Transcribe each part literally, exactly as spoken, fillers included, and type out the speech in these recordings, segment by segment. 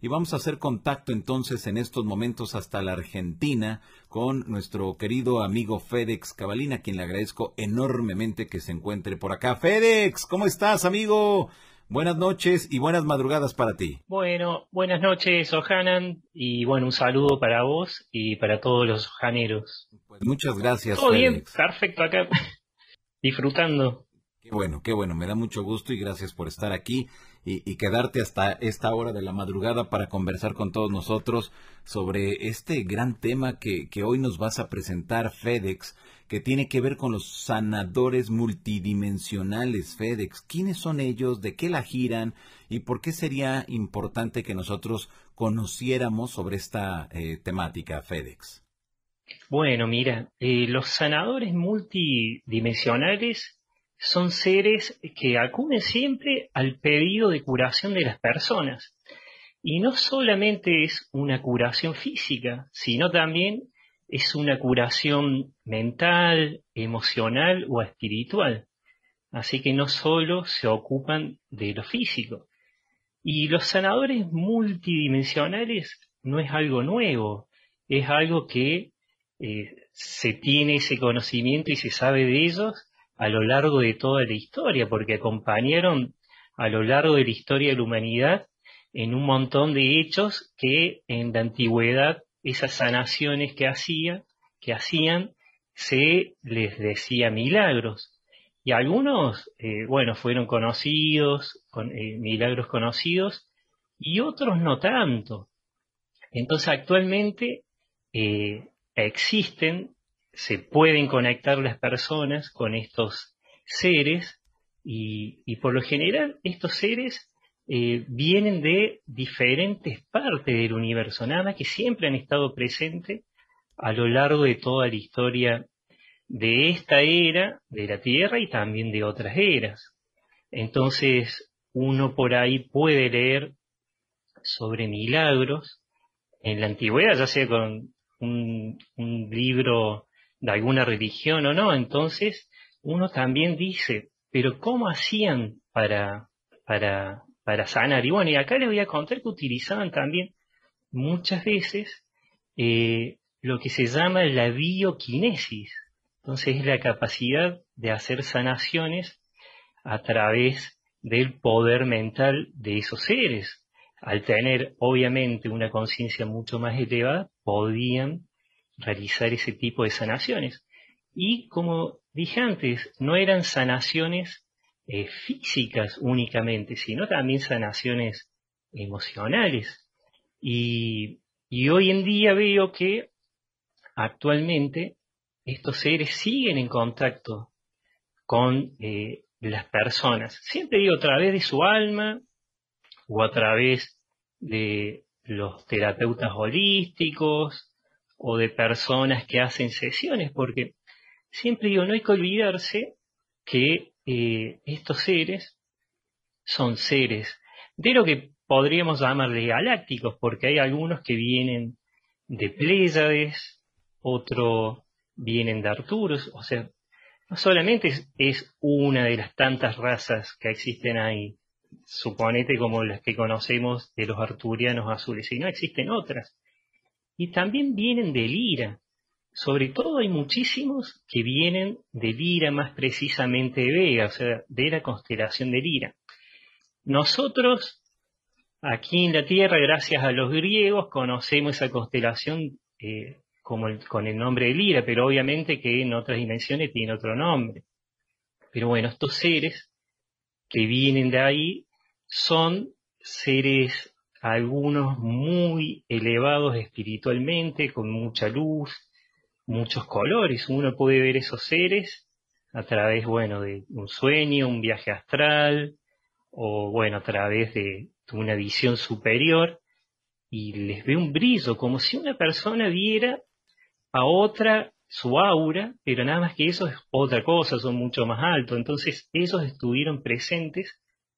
y vamos a hacer contacto entonces en estos momentos hasta la Argentina con nuestro querido amigo Fédex Cavalina, a quien le agradezco enormemente que se encuentre por acá. Fédex, ¿cómo estás, amigo? Buenas noches y buenas madrugadas para ti. Bueno, buenas noches, Ohanan, y bueno, un saludo para vos y para todos los ojaneros. Pues muchas gracias, Todo bien, Fédex. perfecto acá, disfrutando. Qué bueno, qué bueno, me da mucho gusto y gracias por estar aquí y, y quedarte hasta esta hora de la madrugada para conversar con todos nosotros sobre este gran tema que, que hoy nos vas a presentar, Fédex, que tiene que ver con los sanadores multidimensionales, Fédex. ¿Quiénes son ellos? ¿De qué la giran? ¿Y por qué sería importante que nosotros conociéramos sobre esta eh, temática, Fédex? Bueno, mira, eh, los sanadores multidimensionales son seres que acuden siempre al pedido de curación de las personas. Y no solamente es una curación física, sino también es una curación mental, emocional o espiritual. Así que no solo se ocupan de lo físico. Y los sanadores multidimensionales no es algo nuevo, es algo que eh, se tiene ese conocimiento y se sabe de ellos a lo largo de toda la historia, porque acompañaron a lo largo de la historia de la humanidad en un montón de hechos que en la antigüedad esas sanaciones que hacía, que hacían, se les decía milagros. Y algunos, eh, bueno, fueron conocidos, con, eh, milagros conocidos, y otros no tanto. Entonces actualmente eh, existen, se pueden conectar las personas con estos seres, y, y por lo general estos seres eh, vienen de diferentes partes del universo, nada más que siempre han estado presentes a lo largo de toda la historia de esta era de la Tierra y también de otras eras. Entonces, uno por ahí puede leer sobre milagros en la antigüedad, ya sea con un, un libro de alguna religión o no. Entonces, uno también dice, pero ¿cómo hacían para, para, para sanar? Y bueno, y acá les voy a contar que utilizaban también muchas veces eh, lo que se llama la bioquinesis. Entonces es la capacidad de hacer sanaciones a través del poder mental de esos seres. Al tener obviamente una conciencia mucho más elevada, podían realizar ese tipo de sanaciones. Y como dije antes, no eran sanaciones eh, físicas únicamente, sino también sanaciones emocionales. Y, y hoy en día veo que actualmente estos seres siguen en contacto con eh, las personas. Siempre digo a través de su alma o a través de los terapeutas holísticos o de personas que hacen sesiones, porque siempre digo, no hay que olvidarse que eh, estos seres son seres de lo que podríamos llamarle galácticos, porque hay algunos que vienen de Pléyades, otros vienen de Arturos, o sea, no solamente es, es una de las tantas razas que existen ahí, suponete como las que conocemos de los arturianos azules, sino existen otras. Y también vienen de Lira. Sobre todo hay muchísimos que vienen de Lira, más precisamente de Vega, o sea, de la constelación de Lira. Nosotros, aquí en la Tierra, gracias a los griegos, conocemos esa constelación eh, como el- con el nombre de Lira, pero obviamente que en otras dimensiones tiene otro nombre. Pero bueno, estos seres que vienen de ahí son seres, algunos muy elevados espiritualmente, con mucha luz, muchos colores. Uno puede ver esos seres a través, bueno, de un sueño, un viaje astral, o bueno, a través de una visión superior, y les ve un brillo, como si una persona viera a otra su aura, pero nada más que eso es otra cosa, son mucho más altos. Entonces ellos estuvieron presentes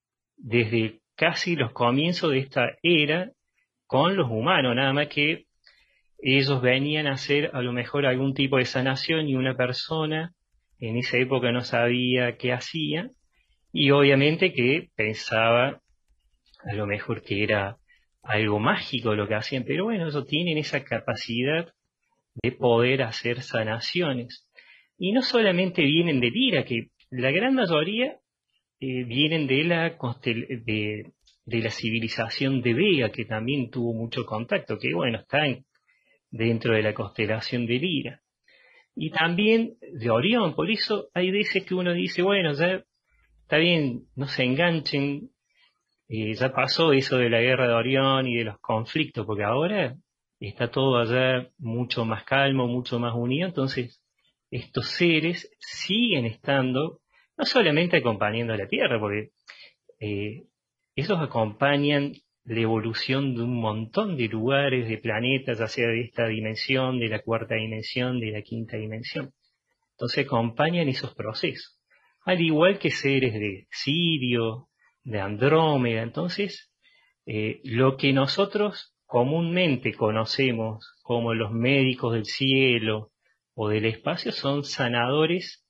desde casi los comienzos de esta era con los humanos, nada más que ellos venían a hacer a lo mejor algún tipo de sanación y una persona en esa época no sabía qué hacía, y obviamente que pensaba a lo mejor que era algo mágico lo que hacían, pero bueno, ellos tienen esa capacidad de poder hacer sanaciones. Y no solamente vienen del Ira, que la gran mayoría eh, vienen de la, constel de, de la civilización de Vega, que también tuvo mucho contacto, que bueno, está en, dentro de la constelación del Ira. Y también de Orión, por eso hay veces que uno dice, bueno, ya está bien, no se enganchen, eh, ya pasó eso de la guerra de Orión y de los conflictos, porque ahora está todo allá mucho más calmo, mucho más unido, entonces estos seres siguen estando, no solamente acompañando a la Tierra, porque eh, ellos acompañan la evolución de un montón de lugares, de planetas, ya sea de esta dimensión, de la cuarta dimensión, de la quinta dimensión. Entonces acompañan esos procesos. Al igual que seres de Sirio, de Andrómeda. Entonces, eh, lo que nosotros comúnmente conocemos como los médicos del cielo o del espacio son sanadores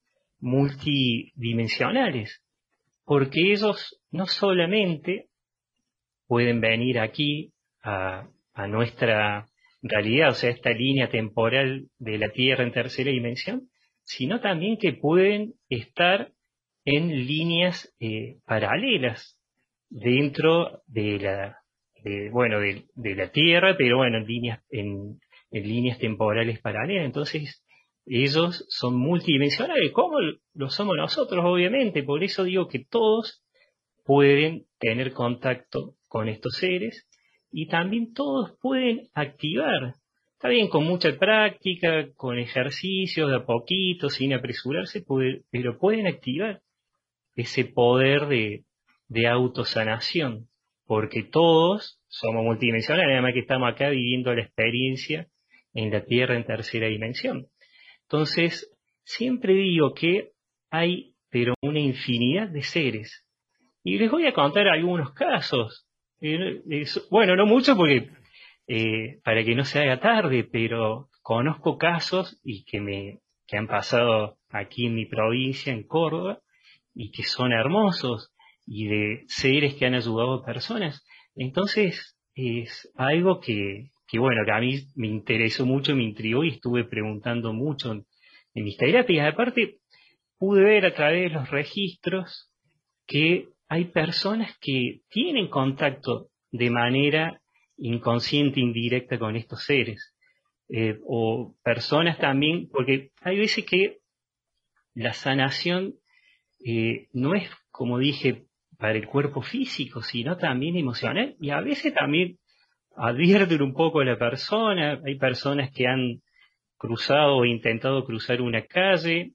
multidimensionales, porque ellos no solamente pueden venir aquí a, a nuestra realidad, o sea, esta línea temporal de la Tierra en tercera dimensión, sino también que pueden estar en líneas eh, paralelas dentro de la, de, bueno, de, de la Tierra, pero bueno, en líneas, en, en líneas temporales paralelas. Entonces, ellos son multidimensionales, como lo somos nosotros, obviamente. Por eso digo que todos pueden tener contacto con estos seres y también todos pueden activar. Está bien, con mucha práctica, con ejercicios de a poquito, sin apresurarse, puede, pero pueden activar ese poder de, de autosanación, porque todos somos multidimensionales, además que estamos acá viviendo la experiencia en la Tierra en tercera dimensión. Entonces, siempre digo que hay, pero una infinidad de seres. Y les voy a contar algunos casos. Eh, es- bueno, no mucho porque eh, para que no se haga tarde, pero conozco casos y que me que han pasado aquí en mi provincia, en Córdoba, y que son hermosos y de seres que han ayudado a personas. Entonces es algo que, que bueno, que a mí me interesó mucho, me intrigó y estuve preguntando mucho en, en mis terapias. Aparte, pude ver a través de los registros que hay personas que tienen contacto de manera inconsciente, indirecta con estos seres. Eh, o personas también, porque hay veces que la sanación eh, no es, como dije, para el cuerpo físico, sino también emocional, y a veces también advierten un poco a la persona. Hay personas que han cruzado o intentado cruzar una calle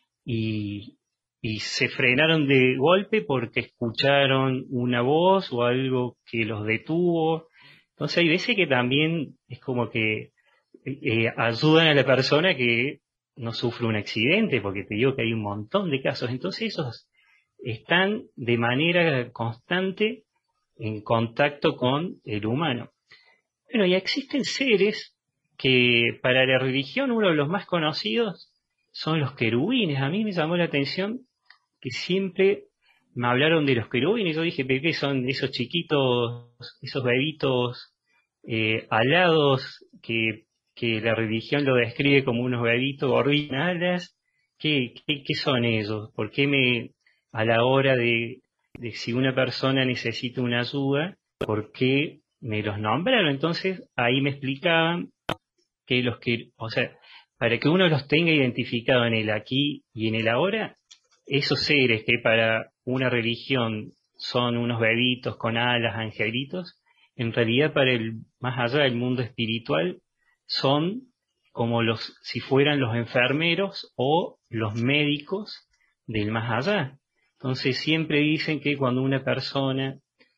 y, y se frenaron de golpe porque escucharon una voz o algo que los detuvo. Entonces hay veces que también es como que eh, ayudan a la persona que no sufre un accidente, porque te digo que hay un montón de casos. Entonces esos están de manera constante en contacto con el humano. Bueno, y existen seres que para la religión uno de los más conocidos son los querubines. A mí me llamó la atención que siempre me hablaron de los querubines. Yo dije, ¿pero qué son esos chiquitos, esos bebitos eh, alados que, que la religión lo describe como unos bebitos gorditos, alas? ¿Qué, qué, qué son ellos? ¿Por qué me, a la hora de, de si una persona necesita una ayuda, por qué me los nombraron? Entonces ahí me explicaban que los que, o sea, para que uno los tenga identificado en el aquí y en el ahora, esos seres que para una religión son unos bebitos con alas, angelitos, en realidad para el más allá del mundo espiritual son como los, si fueran los enfermeros o los médicos del más allá. Entonces siempre dicen que cuando una persona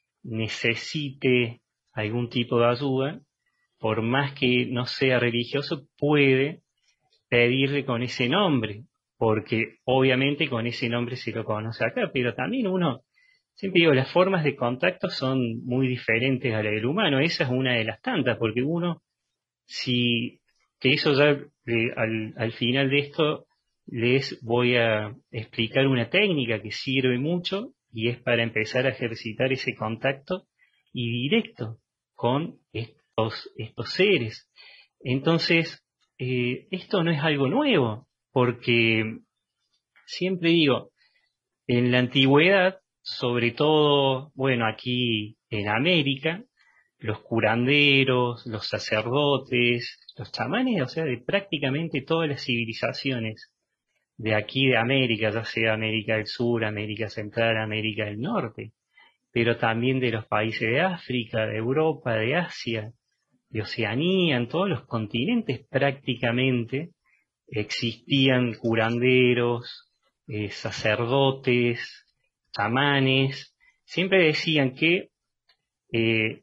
necesite algún tipo de ayuda, por más que no sea religioso, puede pedirle con ese nombre, porque obviamente con ese nombre se lo conoce acá, pero también uno, siempre digo, las formas de contacto son muy diferentes a la del humano. Esa es una de las tantas, porque uno, si, que eso ya eh, al, al final de esto les voy a explicar una técnica que sirve mucho y es para empezar a ejercitar ese contacto y directo. con estos, estos seres. Entonces, eh, esto no es algo nuevo, porque siempre digo, en la antigüedad, sobre todo, bueno, aquí en América, los curanderos, los sacerdotes, los chamanes, o sea, de prácticamente todas las civilizaciones de aquí de América, ya sea América del Sur, América Central, América del Norte, pero también de los países de África, de Europa, de Asia, de Oceanía, en todos los continentes prácticamente existían curanderos, eh, sacerdotes, chamanes. Siempre decían que eh,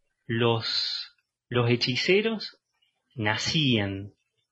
los, los hechiceros nacían,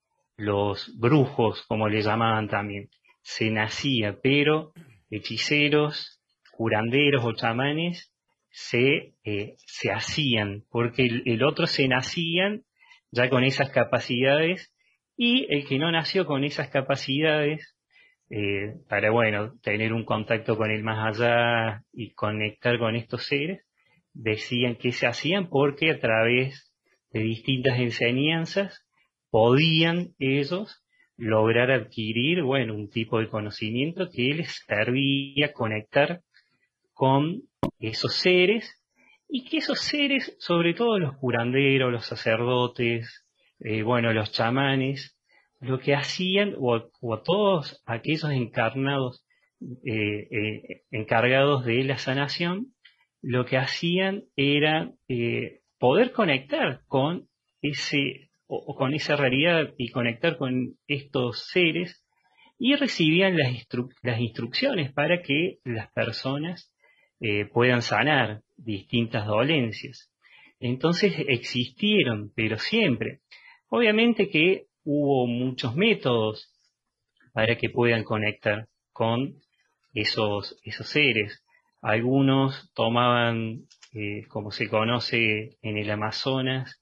los brujos, como le llamaban también, se nacía, pero hechiceros, curanderos o chamanes se, eh, se hacían, porque el, el otro se nacían ya con esas capacidades y el que no nació con esas capacidades, eh, para, bueno, tener un contacto con el más allá y conectar con estos seres, decían que se hacían porque a través de distintas enseñanzas podían ellos lograr adquirir, bueno, un tipo de conocimiento que les servía conectar con esos seres y que esos seres, sobre todo los curanderos, los sacerdotes, eh, bueno, los chamanes, lo que hacían, o, o todos aquellos encarnados, eh, eh, encargados de la sanación, lo que hacían era eh, poder conectar con ese o, o con esa realidad y conectar con estos seres y recibían las, instru las instrucciones para que las personas eh, puedan sanar distintas dolencias. Entonces existieron, pero siempre. Obviamente que hubo muchos métodos para que puedan conectar con esos, esos seres. Algunos tomaban, eh, como se conoce en el Amazonas,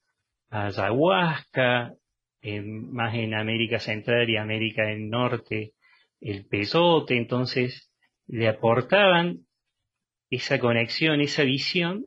ayahuasca, en- más en América Central y América del Norte, el peyote, entonces le aportaban esa conexión, esa visión,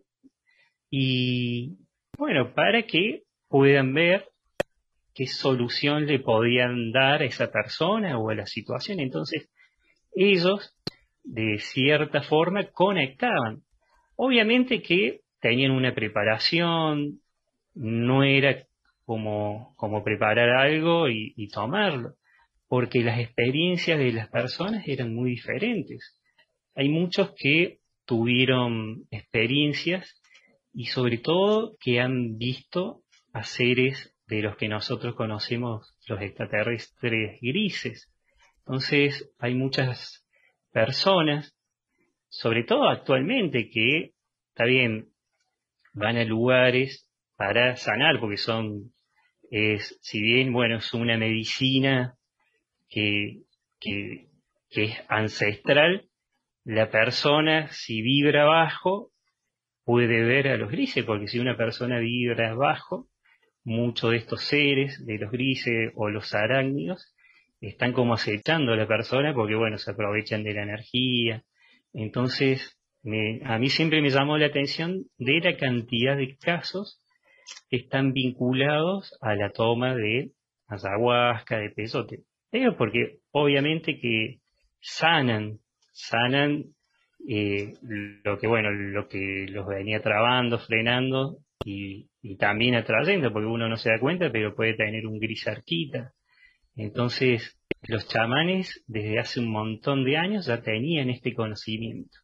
y bueno, para que puedan ver qué solución le podían dar a esa persona o a la situación. Entonces, ellos, de cierta forma, conectaban. Obviamente que tenían una preparación, no era como, como preparar algo y, y tomarlo, porque las experiencias de las personas eran muy diferentes. Hay muchos que tuvieron experiencias y sobre todo que han visto a seres de los que nosotros conocemos, los extraterrestres grises. Entonces hay muchas personas, sobre todo actualmente, que, está bien, van a lugares para sanar, porque son, es, si bien, bueno, es una medicina que, que, que es ancestral, la persona, si vibra bajo, puede ver a los grises, porque si una persona vibra bajo, muchos de estos seres, de los grises o los arácnidos, están como acechando a la persona porque, bueno, se aprovechan de la energía. Entonces, me- a mí siempre me llamó la atención de la cantidad de casos que están vinculados a la toma de ayahuasca, de peyote. Ellos porque obviamente que sanan, sanan eh, lo que, bueno, lo que los venía trabando, frenando y, y también atrayendo, porque uno no se da cuenta, pero puede tener un gris cerquita. Entonces, los chamanes desde hace un montón de años ya tenían este conocimiento.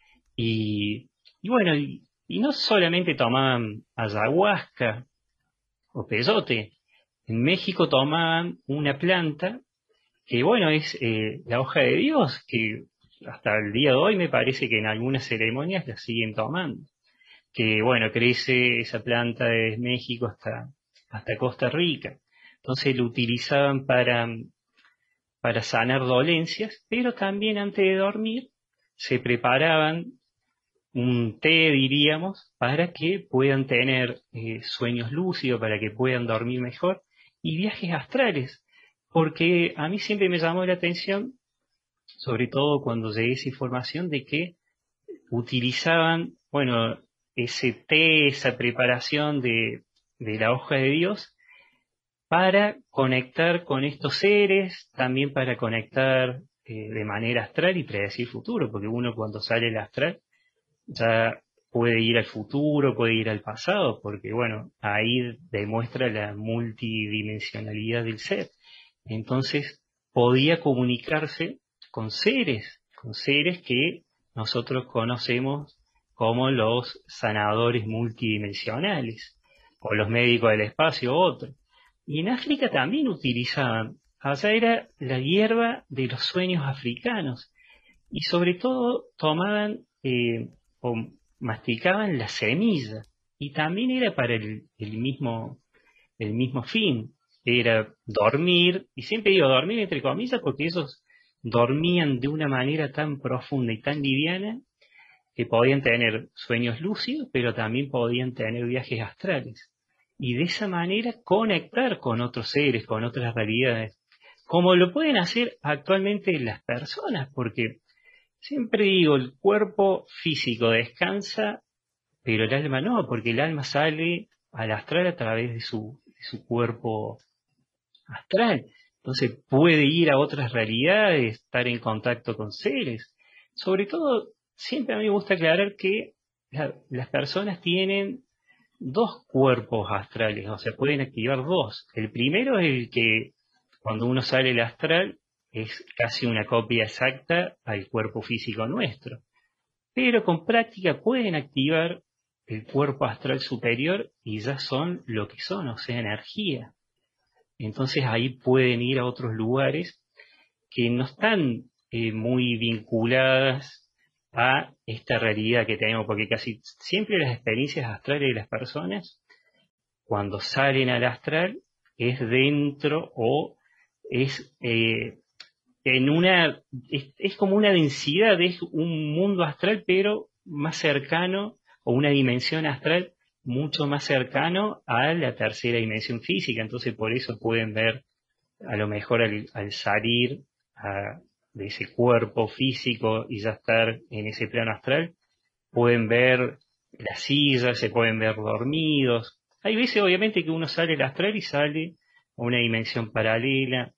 Y, y bueno, y, y no solamente tomaban ayahuasca o peyote, en México tomaban una planta que, bueno, es eh, la hoja de Dios, que hasta el día de hoy me parece que en algunas ceremonias la siguen tomando. Que, bueno, crece esa planta desde México hasta, hasta Costa Rica. Entonces lo utilizaban para, para sanar dolencias, pero también antes de dormir se preparaban un té, diríamos, para que puedan tener eh, sueños lúcidos, para que puedan dormir mejor, y viajes astrales, porque a mí siempre me llamó la atención, sobre todo cuando llegué a esa información, de que utilizaban, bueno, ese té, esa preparación de, de la hoja de Dios para conectar con estos seres, también para conectar eh, de manera astral y predecir futuro, porque uno cuando sale al astral ya puede ir al futuro, puede ir al pasado, porque bueno, ahí demuestra la multidimensionalidad del ser. Entonces podía comunicarse con seres, con seres que nosotros conocemos como los sanadores multidimensionales, o los médicos del espacio, otro. Y en África también utilizaban, allá era la hierba de los sueños africanos, y sobre todo tomaban eh, o masticaban la semilla, y también era para el, el mismo, el mismo fin, era dormir, y siempre digo dormir entre comillas porque ellos dormían de una manera tan profunda y tan liviana que podían tener sueños lúcidos, pero también podían tener viajes astrales. Y de esa manera conectar con otros seres, con otras realidades, como lo pueden hacer actualmente las personas, porque siempre digo, el cuerpo físico descansa, pero el alma no, porque el alma sale al astral a través de su, de su cuerpo astral. Entonces puede ir a otras realidades, estar en contacto con seres. Sobre todo, siempre a mí me gusta aclarar que la- las personas tienen dos cuerpos astrales, o sea, pueden activar dos. El primero es el que cuando uno sale al astral es casi una copia exacta al cuerpo físico nuestro. Pero con práctica pueden activar el cuerpo astral superior y ya son lo que son, o sea, energía. Entonces ahí pueden ir a otros lugares que no están eh, muy vinculadas a esta realidad que tenemos, porque casi siempre las experiencias astrales de las personas, cuando salen al astral, es dentro o es eh, en una, es, es como una densidad, es un mundo astral, pero más cercano, o una dimensión astral mucho más cercano a la tercera dimensión física. Entonces por eso pueden ver, a lo mejor al, al salir a- de ese cuerpo físico y ya estar en ese plano astral, pueden ver las sillas, se pueden ver dormidos. Hay veces obviamente que uno sale del astral y sale a una dimensión paralela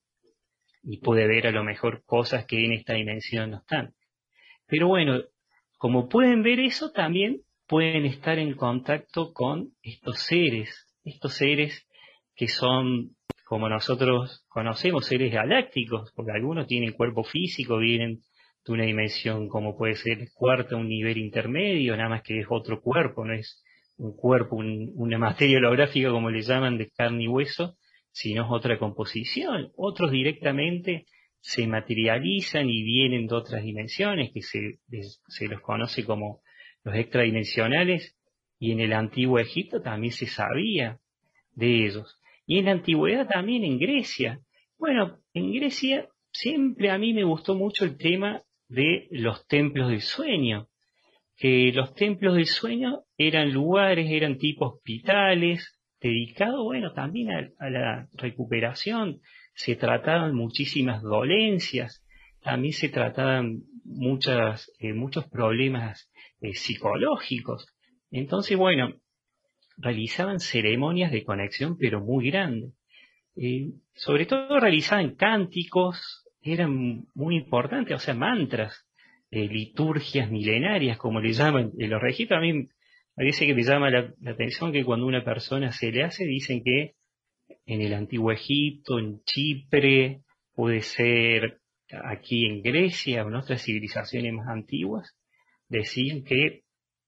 y puede ver a lo mejor cosas que en esta dimensión no están. Pero bueno, como pueden ver eso, también pueden estar en contacto con estos seres, estos seres que son, como nosotros conocemos, seres galácticos, porque algunos tienen cuerpo físico, vienen de una dimensión como puede ser cuarta, un nivel intermedio, nada más que es otro cuerpo, no es un cuerpo, un- una materia holográfica como le llaman de carne y hueso, sino es otra composición. Otros directamente se materializan y vienen de otras dimensiones, que se, les- se los conoce como los extradimensionales, y en el antiguo Egipto también se sabía de ellos. Y en la antigüedad también en Grecia. Bueno, en Grecia siempre a mí me gustó mucho el tema de los templos del sueño, que los templos del sueño eran lugares, eran tipo hospitales, dedicados, bueno, también a, a la recuperación. Se trataban muchísimas dolencias, también se trataban muchas, eh, muchos problemas eh, psicológicos. Entonces, bueno, realizaban ceremonias de conexión, pero muy grandes. Eh, sobre todo realizaban cánticos, eran muy importantes, o sea, mantras, eh, liturgias milenarias, como le llaman. En los registros a mí me parece que me llama la, la atención que cuando una persona se le hace, dicen que en el antiguo Egipto, en Chipre, puede ser aquí en Grecia o en otras civilizaciones más antiguas, decían que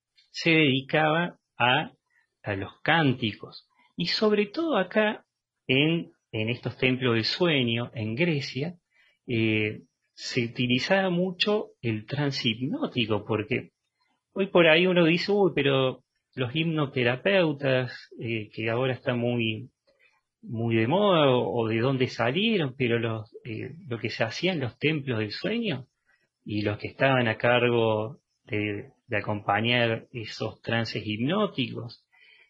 se dedicaba a, a los cánticos. Y sobre todo acá, en, en estos templos del sueño, en Grecia, eh, se utilizaba mucho el trance hipnótico, porque hoy por ahí uno dice, uy, pero los hipnoterapeutas, eh, que ahora están muy, muy de moda, o, o de dónde salieron, pero los, eh, lo que se hacía en los templos del sueño, y los que estaban a cargo de, de acompañar esos trances hipnóticos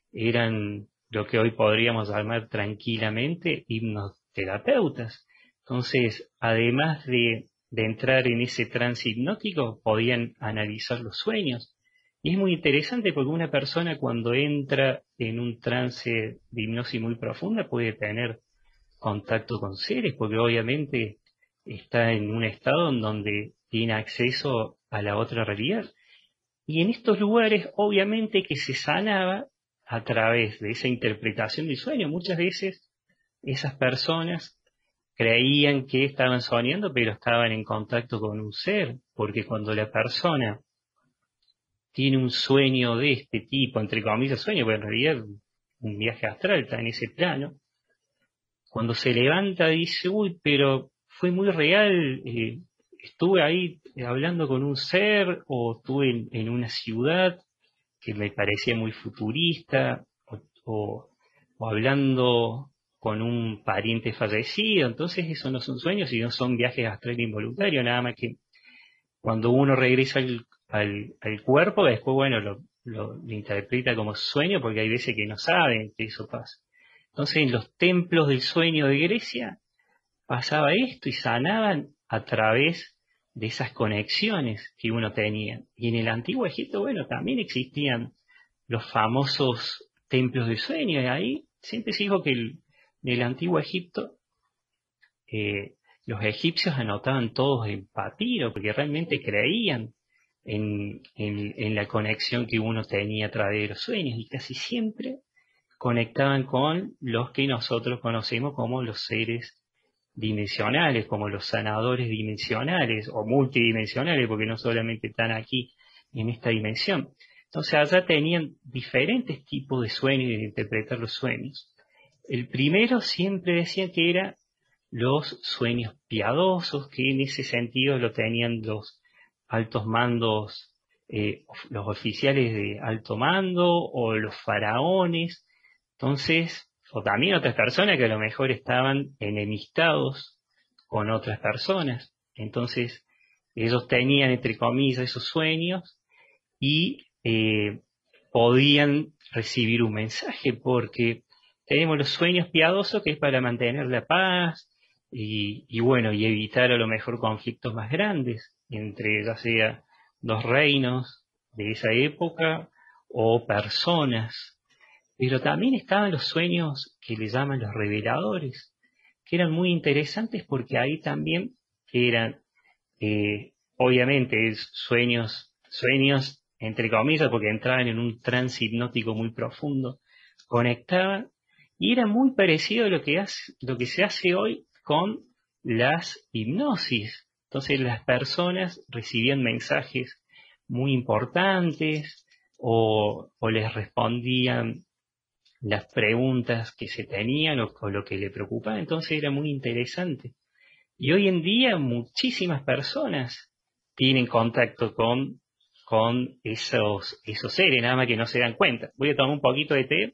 eran lo que hoy podríamos llamar tranquilamente hipnoterapeutas. Entonces, además de, de entrar en ese trance hipnótico, podían analizar los sueños. Y es muy interesante porque una persona cuando entra en un trance de hipnosis muy profunda puede tener contacto con seres, porque obviamente está en un estado en donde tiene acceso a la otra realidad. Y en estos lugares, obviamente que se sanaba a través de esa interpretación del sueño. Muchas veces esas personas creían que estaban soñando, pero estaban en contacto con un ser, porque cuando la persona tiene un sueño de este tipo, entre comillas sueño, pero en realidad un viaje astral está en ese plano, cuando se levanta dice, uy, pero fue muy real, eh, estuve ahí hablando con un ser o estuve en, en una ciudad que me parecía muy futurista o, o- o hablando con un pariente fallecido. Entonces eso no son sueños, sino son viajes astrales involuntarios, nada más que cuando uno regresa al, al, al cuerpo, después, bueno, lo, lo, lo interpreta como sueño porque hay veces que no saben que eso pasa. Entonces, en los templos del sueño de Grecia pasaba esto y sanaban a través de esas conexiones que uno tenía. Y en el antiguo Egipto, bueno, también existían los famosos templos de sueño, y ahí siempre se dijo que el, en el antiguo Egipto eh, los egipcios anotaban todos en papiro porque realmente creían en, en, en la conexión que uno tenía a través de los sueños y casi siempre conectaban con los que nosotros conocemos como los seres dimensionales, como los sanadores dimensionales o multidimensionales, porque no solamente están aquí en esta dimensión. Entonces allá tenían diferentes tipos de sueños y de interpretar los sueños. El primero siempre decía que era los sueños piadosos, que en ese sentido lo tenían los altos mandos, eh, los oficiales de alto mando o los faraones. Entonces, o también otras personas que a lo mejor estaban enemistados con otras personas. Entonces, ellos tenían, entre comillas, esos sueños y eh, podían recibir un mensaje, porque tenemos los sueños piadosos, que es para mantener la paz y, y bueno, y evitar a lo mejor conflictos más grandes entre ya sea dos reinos de esa época o personas. Pero también estaban los sueños que le llaman los reveladores, que eran muy interesantes porque ahí también eran, eh, obviamente, es sueños, sueños entre comillas, porque entraban en un trance hipnótico muy profundo, conectaban, y era muy parecido a lo que hace, lo que se hace hoy con las hipnosis. Entonces las personas recibían mensajes muy importantes o, o les respondían las preguntas que se tenían o, o lo que le preocupaba. Entonces era muy interesante. Y hoy en día muchísimas personas tienen contacto con, con esos, esos seres, nada más que no se dan cuenta. Voy a tomar un poquito de té.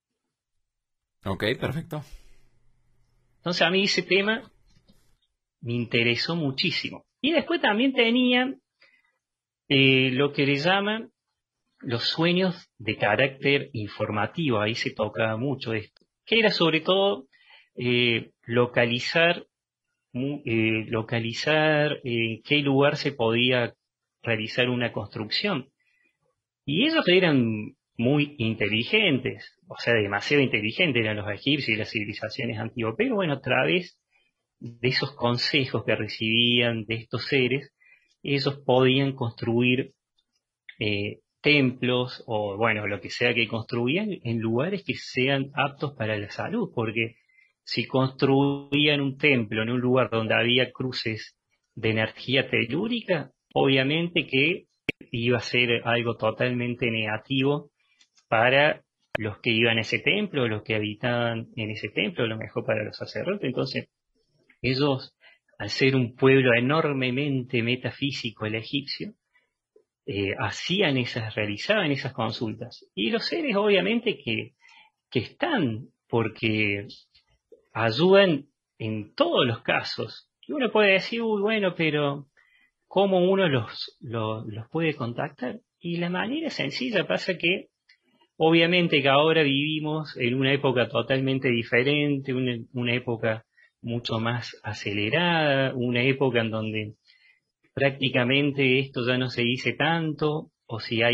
Ok, perfecto. Entonces a mí ese tema me interesó muchísimo. Y después también tenían eh, lo que le llaman los sueños de carácter informativo. Ahí se tocaba mucho esto, que era sobre todo eh, localizar mu- eh, localizar en qué lugar se podía realizar una construcción. Y ellos eran muy inteligentes, o sea, demasiado inteligentes eran los egipcios y las civilizaciones antiguas, pero bueno, a través de esos consejos que recibían de estos seres, ellos podían construir eh, templos o bueno, lo que sea que construían en lugares que sean aptos para la salud, porque si construían un templo en un lugar donde había cruces de energía telúrica, obviamente que iba a ser algo totalmente negativo para los que iban a ese templo, los que habitaban en ese templo, a lo mejor para los sacerdotes. Entonces, ellos, al ser un pueblo enormemente metafísico, el egipcio, eh, hacían esas, realizaban esas consultas. Y los seres obviamente que, que están, porque ayudan en todos los casos. Y uno puede decir, uy, bueno, pero ¿cómo uno los, los, los puede contactar? Y la manera sencilla pasa que, obviamente que ahora vivimos en una época totalmente diferente, una, una época mucho más acelerada, una época en donde prácticamente esto ya no se dice tanto, o si hay a-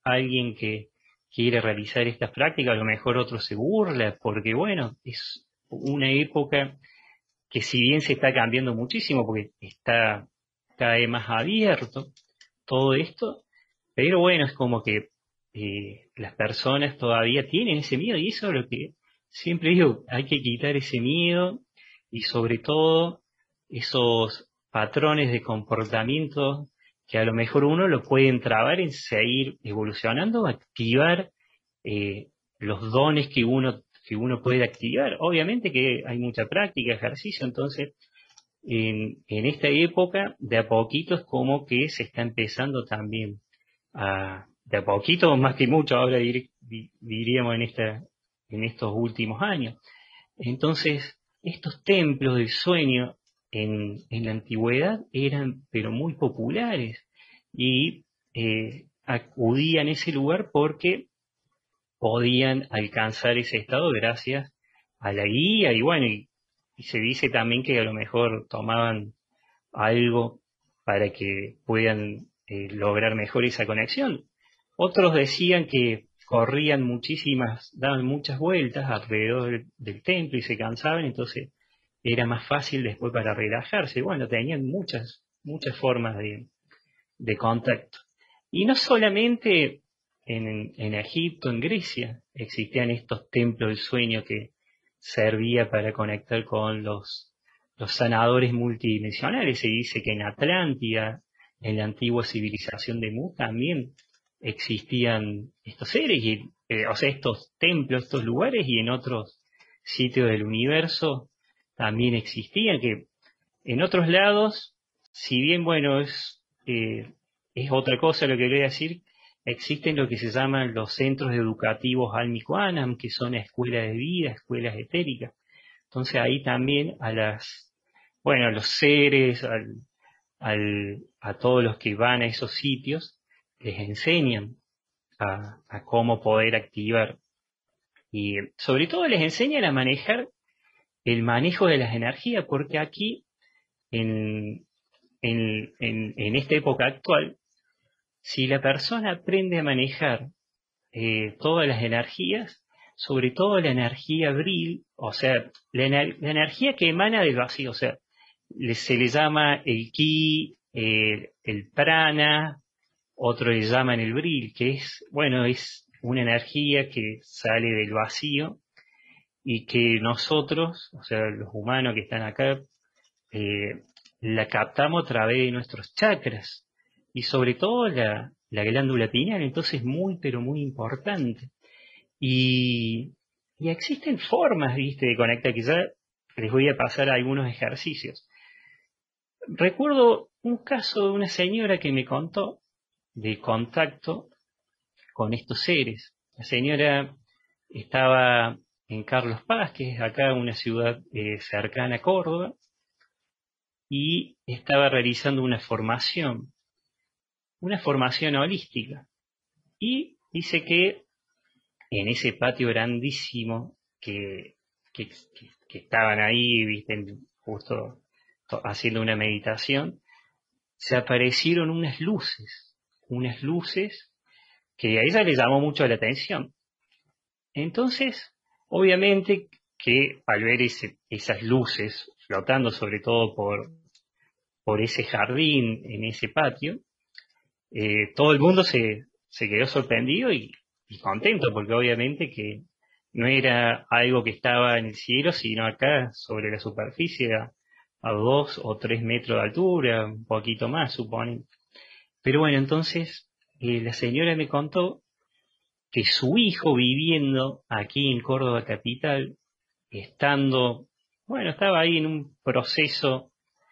alguien que quiere realizar estas prácticas, a lo mejor otro se burla, porque bueno, es una época que si bien se está cambiando muchísimo, porque está cada vez más abierto todo esto, pero bueno, es como que eh, las personas todavía tienen ese miedo y eso es lo que siempre digo, hay que quitar ese miedo y sobre todo esos patrones de comportamiento que a lo mejor uno lo puede entrabar en seguir evolucionando, activar eh, los dones que uno que uno puede activar. Obviamente que hay mucha práctica, ejercicio, entonces en, en esta época de a poquito es como que se está empezando también a, de a poquito, más que mucho, ahora dir- di- diríamos en esta, en estos últimos años. Entonces, estos templos del sueño en, en la antigüedad eran pero muy populares y eh, acudían a ese lugar porque podían alcanzar ese estado gracias a la guía y bueno, y, y se dice también que a lo mejor tomaban algo para que puedan eh, lograr mejor esa conexión. Otros decían que corrían muchísimas, daban muchas vueltas alrededor del, del templo y se cansaban, entonces era más fácil después para relajarse. Bueno, tenían muchas, muchas formas de, de contacto. Y no solamente en, en Egipto, en Grecia, existían estos templos del sueño que servía para conectar con los, los sanadores multidimensionales. Se dice que en Atlántida, en la antigua civilización de Mu, también existían estos seres, y, eh, o sea, estos templos, estos lugares, y en otros sitios del universo también existían, que en otros lados, si bien, bueno, es, eh, es otra cosa lo que voy a decir, existen lo que se llaman los centros educativos Almico Anam, que son escuelas de vida, escuelas etéricas. Entonces ahí también a las, bueno, a los seres, al, al- a todos los que van a esos sitios, les enseñan a, a cómo poder activar. Y sobre todo les enseñan a manejar el manejo de las energías, porque aquí en, en, en, en esta época actual, si la persona aprende a manejar eh, todas las energías, sobre todo la energía bril, o sea, la, ener- la energía que emana del vacío, o sea, le- se le llama el ki, eh, el prana, otro le llaman el bril, que es, bueno, es una energía que sale del vacío y que nosotros, o sea, los humanos que están acá, eh, la captamos a través de nuestros chakras y sobre todo la, la glándula pineal, entonces muy pero muy importante. Y, y existen formas, viste, de conectar, que ya les voy a pasar algunos ejercicios. Recuerdo un caso de una señora que me contó de contacto con estos seres. La señora estaba en Carlos Paz, que es acá una ciudad eh, cercana a Córdoba, y estaba realizando una formación, una formación holística. Y dice que en ese patio grandísimo que, que, que- que estaban ahí, viste, justo to- haciendo una meditación, se aparecieron unas luces, unas luces que a ella le llamó mucho la atención. Entonces, obviamente que al ver ese- esas luces flotando sobre todo por, por ese jardín, en ese patio, eh, todo el mundo se, se quedó sorprendido y, y contento, porque obviamente que no era algo que estaba en el cielo, sino acá sobre la superficie, a, a dos o tres metros de altura, un poquito más, suponen. Pero bueno, entonces eh, la señora me contó que su hijo viviendo aquí en Córdoba capital, estando, bueno, estaba ahí en un proceso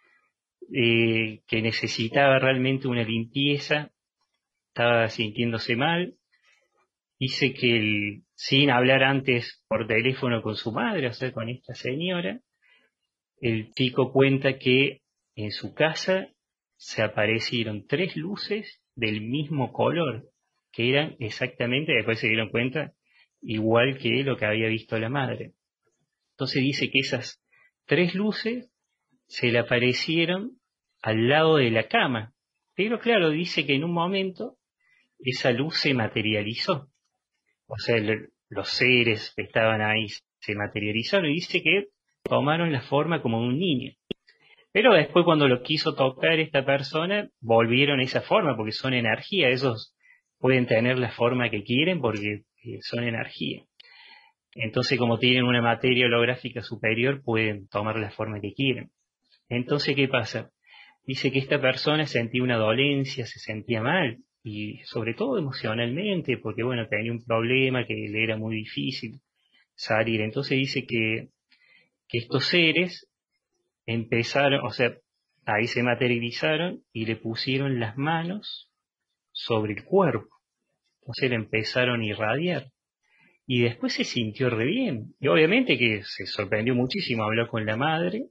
eh, que necesitaba realmente una limpieza, estaba sintiéndose mal. Dice que él, sin hablar antes por teléfono con su madre, o sea, con esta señora, el chico cuenta que en su casa se aparecieron tres luces del mismo color, que eran exactamente, después se dieron cuenta, igual que lo que había visto la madre. Entonces dice que esas tres luces se le aparecieron al lado de la cama. Pero claro, dice que en un momento esa luz se materializó. O sea, el- los seres que estaban ahí se materializaron y dice que tomaron la forma como de un niño. Pero después cuando lo quiso tocar esta persona, volvieron a esa forma, porque son energía, ellos pueden tener la forma que quieren porque eh, son energía. Entonces, como tienen una materia holográfica superior, pueden tomar la forma que quieren. Entonces, ¿qué pasa? Dice que esta persona sentía una dolencia, se sentía mal, y sobre todo emocionalmente, porque bueno, tenía un problema que le era muy difícil salir. Entonces dice que, que estos seres empezaron, o sea, ahí se materializaron y le pusieron las manos sobre el cuerpo. Entonces le empezaron a irradiar. Y después se sintió re bien. Y obviamente que se sorprendió muchísimo, habló con la madre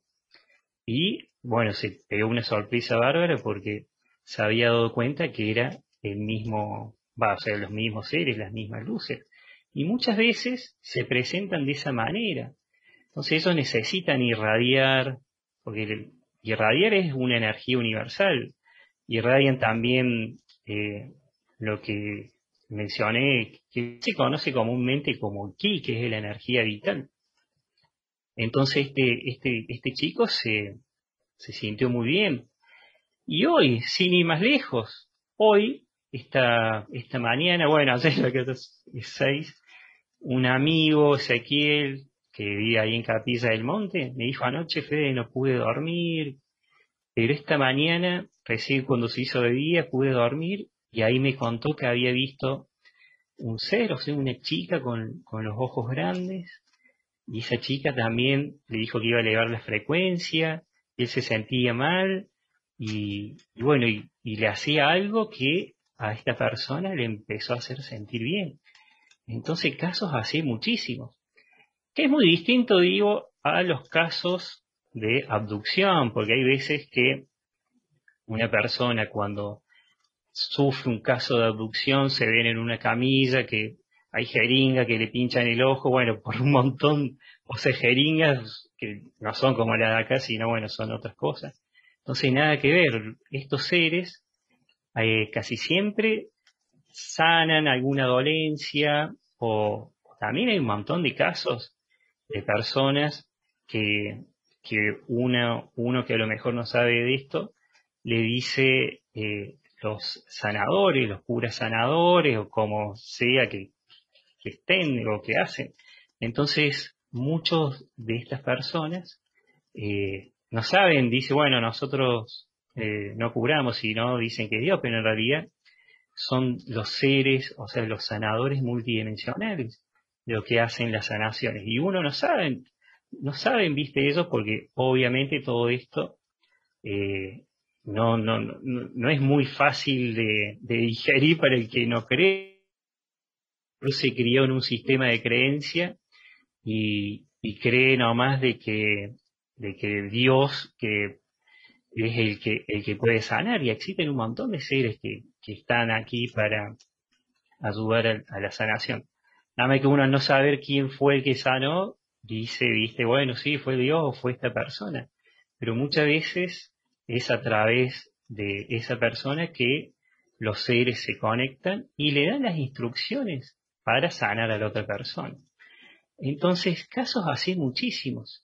y bueno, se pegó una sorpresa bárbara porque se había dado cuenta que era el mismo, va, o sea, los mismos seres, las mismas luces. Y muchas veces se presentan de esa manera. Entonces ellos necesitan irradiar, porque el- irradiar es una energía universal. Irradian también eh, lo que mencioné, que se conoce comúnmente como ki, que es la energía vital. Entonces este, este, este chico se, se sintió muy bien. Y hoy, sin ir más lejos, hoy, esta, esta mañana, bueno, ayer ya que es seis, un amigo, Ezequiel, que vive ahí en Capilla del Monte, me dijo anoche, Fede, no pude dormir, pero esta mañana, recién cuando se hizo de día, pude dormir y ahí me contó que había visto un ser, o sea, una chica con, con los ojos grandes, y esa chica también le dijo que iba a elevar la frecuencia, y él se sentía mal, y, y bueno, y, y le hacía algo que a esta persona le empezó a hacer sentir bien. Entonces, casos así muchísimos. Que es muy distinto, digo, a los casos de abducción, porque hay veces que una persona cuando sufre un caso de abducción se ven en una camilla, que hay jeringa que le pinchan el ojo, bueno, por un montón, o sea, jeringas que no son como la de acá, sino bueno, son otras cosas. Entonces, nada que ver, estos seres eh, casi siempre sanan alguna dolencia o también hay un montón de casos de personas que, que una, uno que a lo mejor no sabe de esto, le dice eh, los sanadores, los curas sanadores, o como sea que, que estén o que hacen. Entonces, muchos de estas personas eh, no saben, dice, bueno, nosotros eh, no curamos, sino dicen que Dios, pero en realidad son los seres, o sea, los sanadores multidimensionales, lo que hacen las sanaciones. Y uno no saben, no saben, viste, ellos, porque obviamente todo esto eh, no, no, no, no es muy fácil de, de digerir para el que no cree. Uno se crió en un sistema de creencia y, y cree nomás de que, de que Dios, que es el que, el que puede sanar, y existen un montón de seres que, que están aquí para ayudar a, a la sanación. Nada más que uno al no saber quién fue el que sanó, dice, viste, bueno, sí, fue Dios o fue esta persona. Pero muchas veces es a través de esa persona que los seres se conectan y le dan las instrucciones para sanar a la otra persona. Entonces, casos así muchísimos.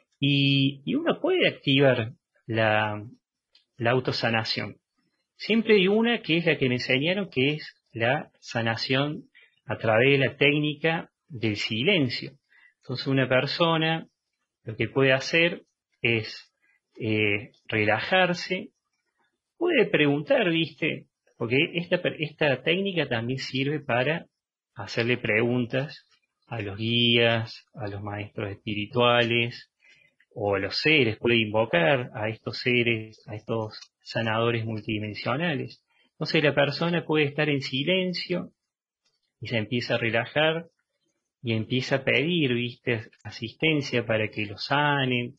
Y, y uno puede activar la, la autosanación. Siempre hay una que es la que me enseñaron, que es la sanación a través de la técnica del silencio. Entonces una persona lo que puede hacer es eh, relajarse, puede preguntar, ¿viste? Porque esta, esta técnica también sirve para hacerle preguntas a los guías, a los maestros espirituales, o a los seres, puede invocar a estos seres, a estos sanadores multidimensionales. Entonces la persona puede estar en silencio y se empieza a relajar y empieza a pedir, viste, asistencia para que lo sanen.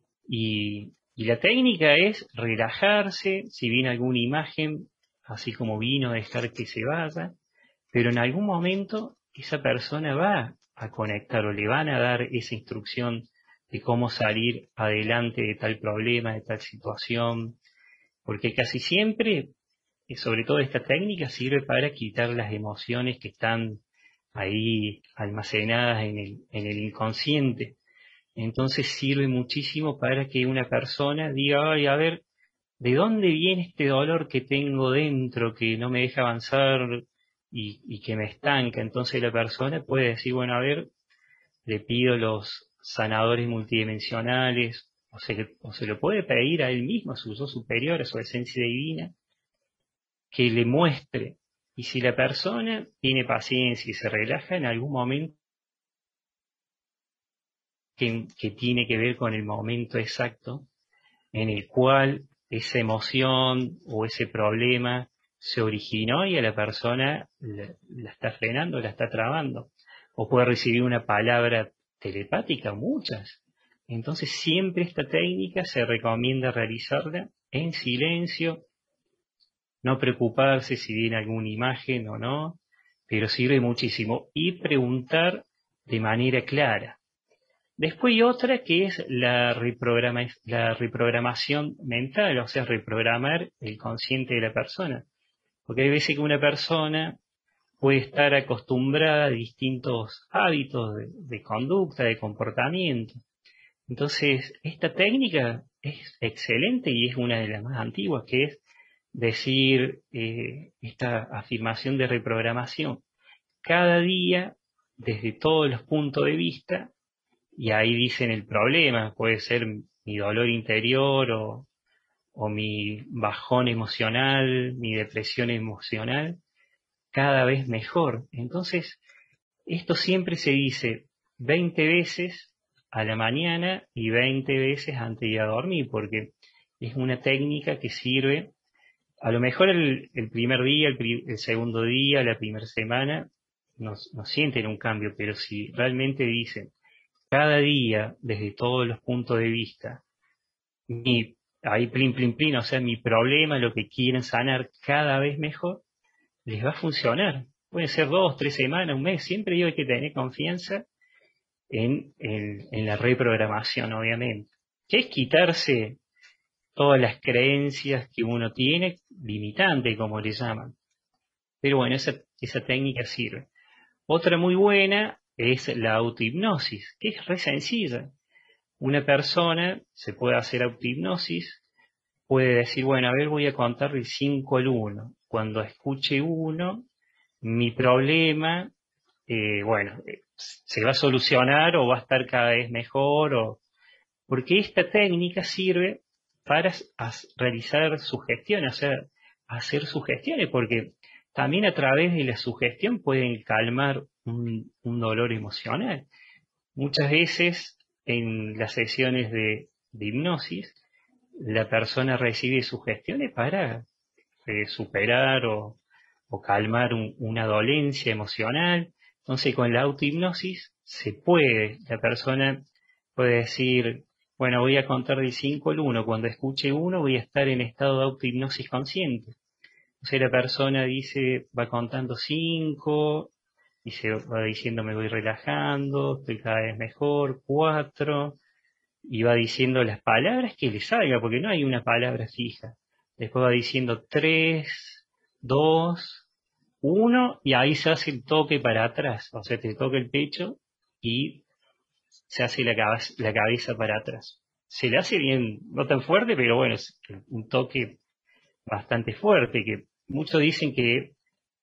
Y, y la técnica es relajarse, si viene alguna imagen, así como vino, dejar que se vaya, pero en algún momento esa persona va a conectar o le van a dar esa instrucción de cómo salir adelante de tal problema, de tal situación, porque casi siempre y sobre todo esta técnica sirve para quitar las emociones que están ahí almacenadas en el, en el inconsciente. Entonces sirve muchísimo para que una persona diga, ay, a ver, ¿de dónde viene este dolor que tengo dentro que no me deja avanzar y, y que me estanca? Entonces la persona puede decir, bueno, a ver, le pido los sanadores multidimensionales, o se, o se lo puede pedir a él mismo, a su yo superior, a su esencia divina, que le muestre. Y si la persona tiene paciencia y se relaja en algún momento que, que tiene que ver con el momento exacto en el cual esa emoción o ese problema se originó y a la persona la, la está frenando, la está trabando. O puede recibir una palabra telepática, muchas. Entonces siempre esta técnica se recomienda realizarla en silencio, no preocuparse si viene alguna imagen o no, pero sirve muchísimo. Y preguntar de manera clara. Después hay otra que es la, reprograma, la reprogramación mental, o sea, reprogramar el consciente de la persona. Porque hay veces que una persona puede estar acostumbrada a distintos hábitos de, de conducta, de comportamiento. Entonces, esta técnica es excelente y es una de las más antiguas, que es decir eh, esta afirmación de reprogramación. Cada día, desde todos los puntos de vista, y ahí dicen el problema, puede ser mi dolor interior o, o mi bajón emocional, mi depresión emocional, cada vez mejor. Entonces, esto siempre se dice veinte veces a la mañana y veinte veces antes de ir a dormir, porque es una técnica que sirve, a lo mejor el, el primer día, el, pri- el segundo día, la primera semana, no no sienten un cambio, pero si realmente dicen, cada día, desde todos los puntos de vista, mi, ahí plin, plin, plin, o sea, mi problema, lo que quieren sanar cada vez mejor, les va a funcionar. Puede ser dos, tres semanas, un mes, siempre digo hay que tener confianza en, en, en la reprogramación, obviamente, que es quitarse todas las creencias que uno tiene, limitante, como le llaman. Pero bueno, esa, esa técnica sirve. Otra muy buena es la autohipnosis, que es re sencilla. Una persona se puede hacer autohipnosis, puede decir, bueno, a ver, voy a contar de cinco al uno. Cuando escuche uno, mi problema, eh, bueno, eh, se va a solucionar o va a estar cada vez mejor, o porque esta técnica sirve para as- realizar sugestiones, o sea, hacer sugestiones, porque también a través de la sugestión pueden calmar un, un dolor emocional. Muchas veces en las sesiones de, de hipnosis, la persona recibe sugestiones para eh, superar o, o calmar un- una dolencia emocional. Entonces, con la autohipnosis se puede, la persona puede decir, bueno, voy a contar de cinco al uno, cuando escuche uno voy a estar en estado de autohipnosis consciente. Entonces la persona dice, va contando cinco, y se va diciendo me voy relajando, estoy cada vez mejor, cuatro, y va diciendo las palabras que le salga, porque no hay una palabra fija. Después va diciendo tres, dos, uno, y ahí se hace el toque para atrás, o sea, te toca el pecho y se hace la cabeza, la cabeza para atrás. Se le hace bien, no tan fuerte, pero bueno, es un toque bastante fuerte, que muchos dicen que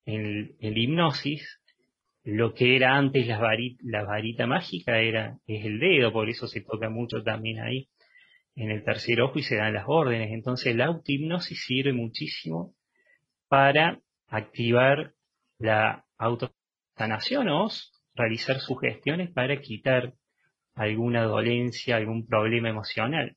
en el hipnosis, lo que era antes la varita, la varita mágica era, es el dedo, por eso se toca mucho también ahí en el tercer ojo y se dan las órdenes. Entonces la autohipnosis sirve muchísimo para activar la autosanación o realizar sugestiones para quitar alguna dolencia, algún problema emocional.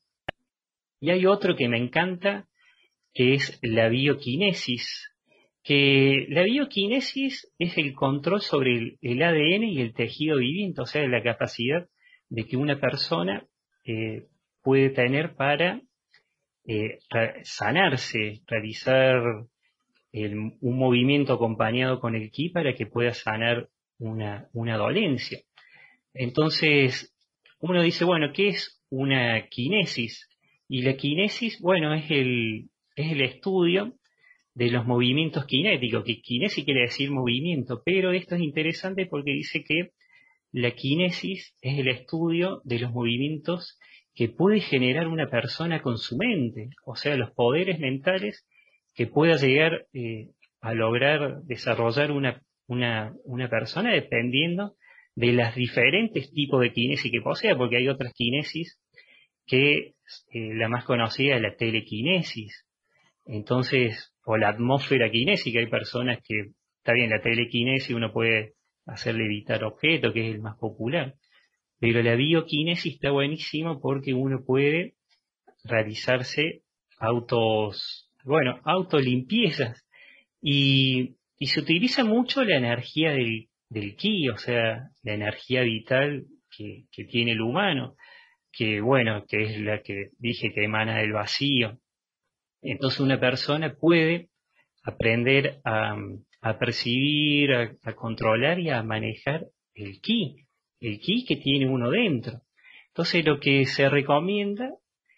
Y hay otro que me encanta, que es la bioquinesis, que la bioquinesis es el control sobre el, el A D N y el tejido viviente, o sea, la capacidad de que una persona eh, puede tener para eh, re- sanarse, realizar el- un movimiento acompañado con el ki para que pueda sanar una, una dolencia. Entonces, uno dice, bueno, ¿qué es una quinesis? Y la quinesis, bueno, es el, es el estudio de los movimientos cinéticos, que kinesis quiere decir movimiento, pero esto es interesante porque dice que la kinesis es el estudio de los movimientos que puede generar una persona con su mente, o sea, los poderes mentales que pueda llegar eh, a lograr desarrollar una, una, una persona dependiendo de los diferentes tipos de kinesis que posea, porque hay otras kinesis que eh, la más conocida es la telequinesis, entonces, o la atmósfera kinésica, hay personas que, está bien, la telequinesis uno puede hacer levitar objetos, que es el más popular, pero la bioquinesis está buenísimo porque uno puede realizarse autos, bueno, autolimpiezas, y, y se utiliza mucho la energía del, del ki, o sea, la energía vital que, que tiene el humano, que bueno, que es la que dije que emana del vacío. Entonces una persona puede aprender a, a percibir, a, a controlar y a manejar el ki, el ki que tiene uno dentro. Entonces lo que se recomienda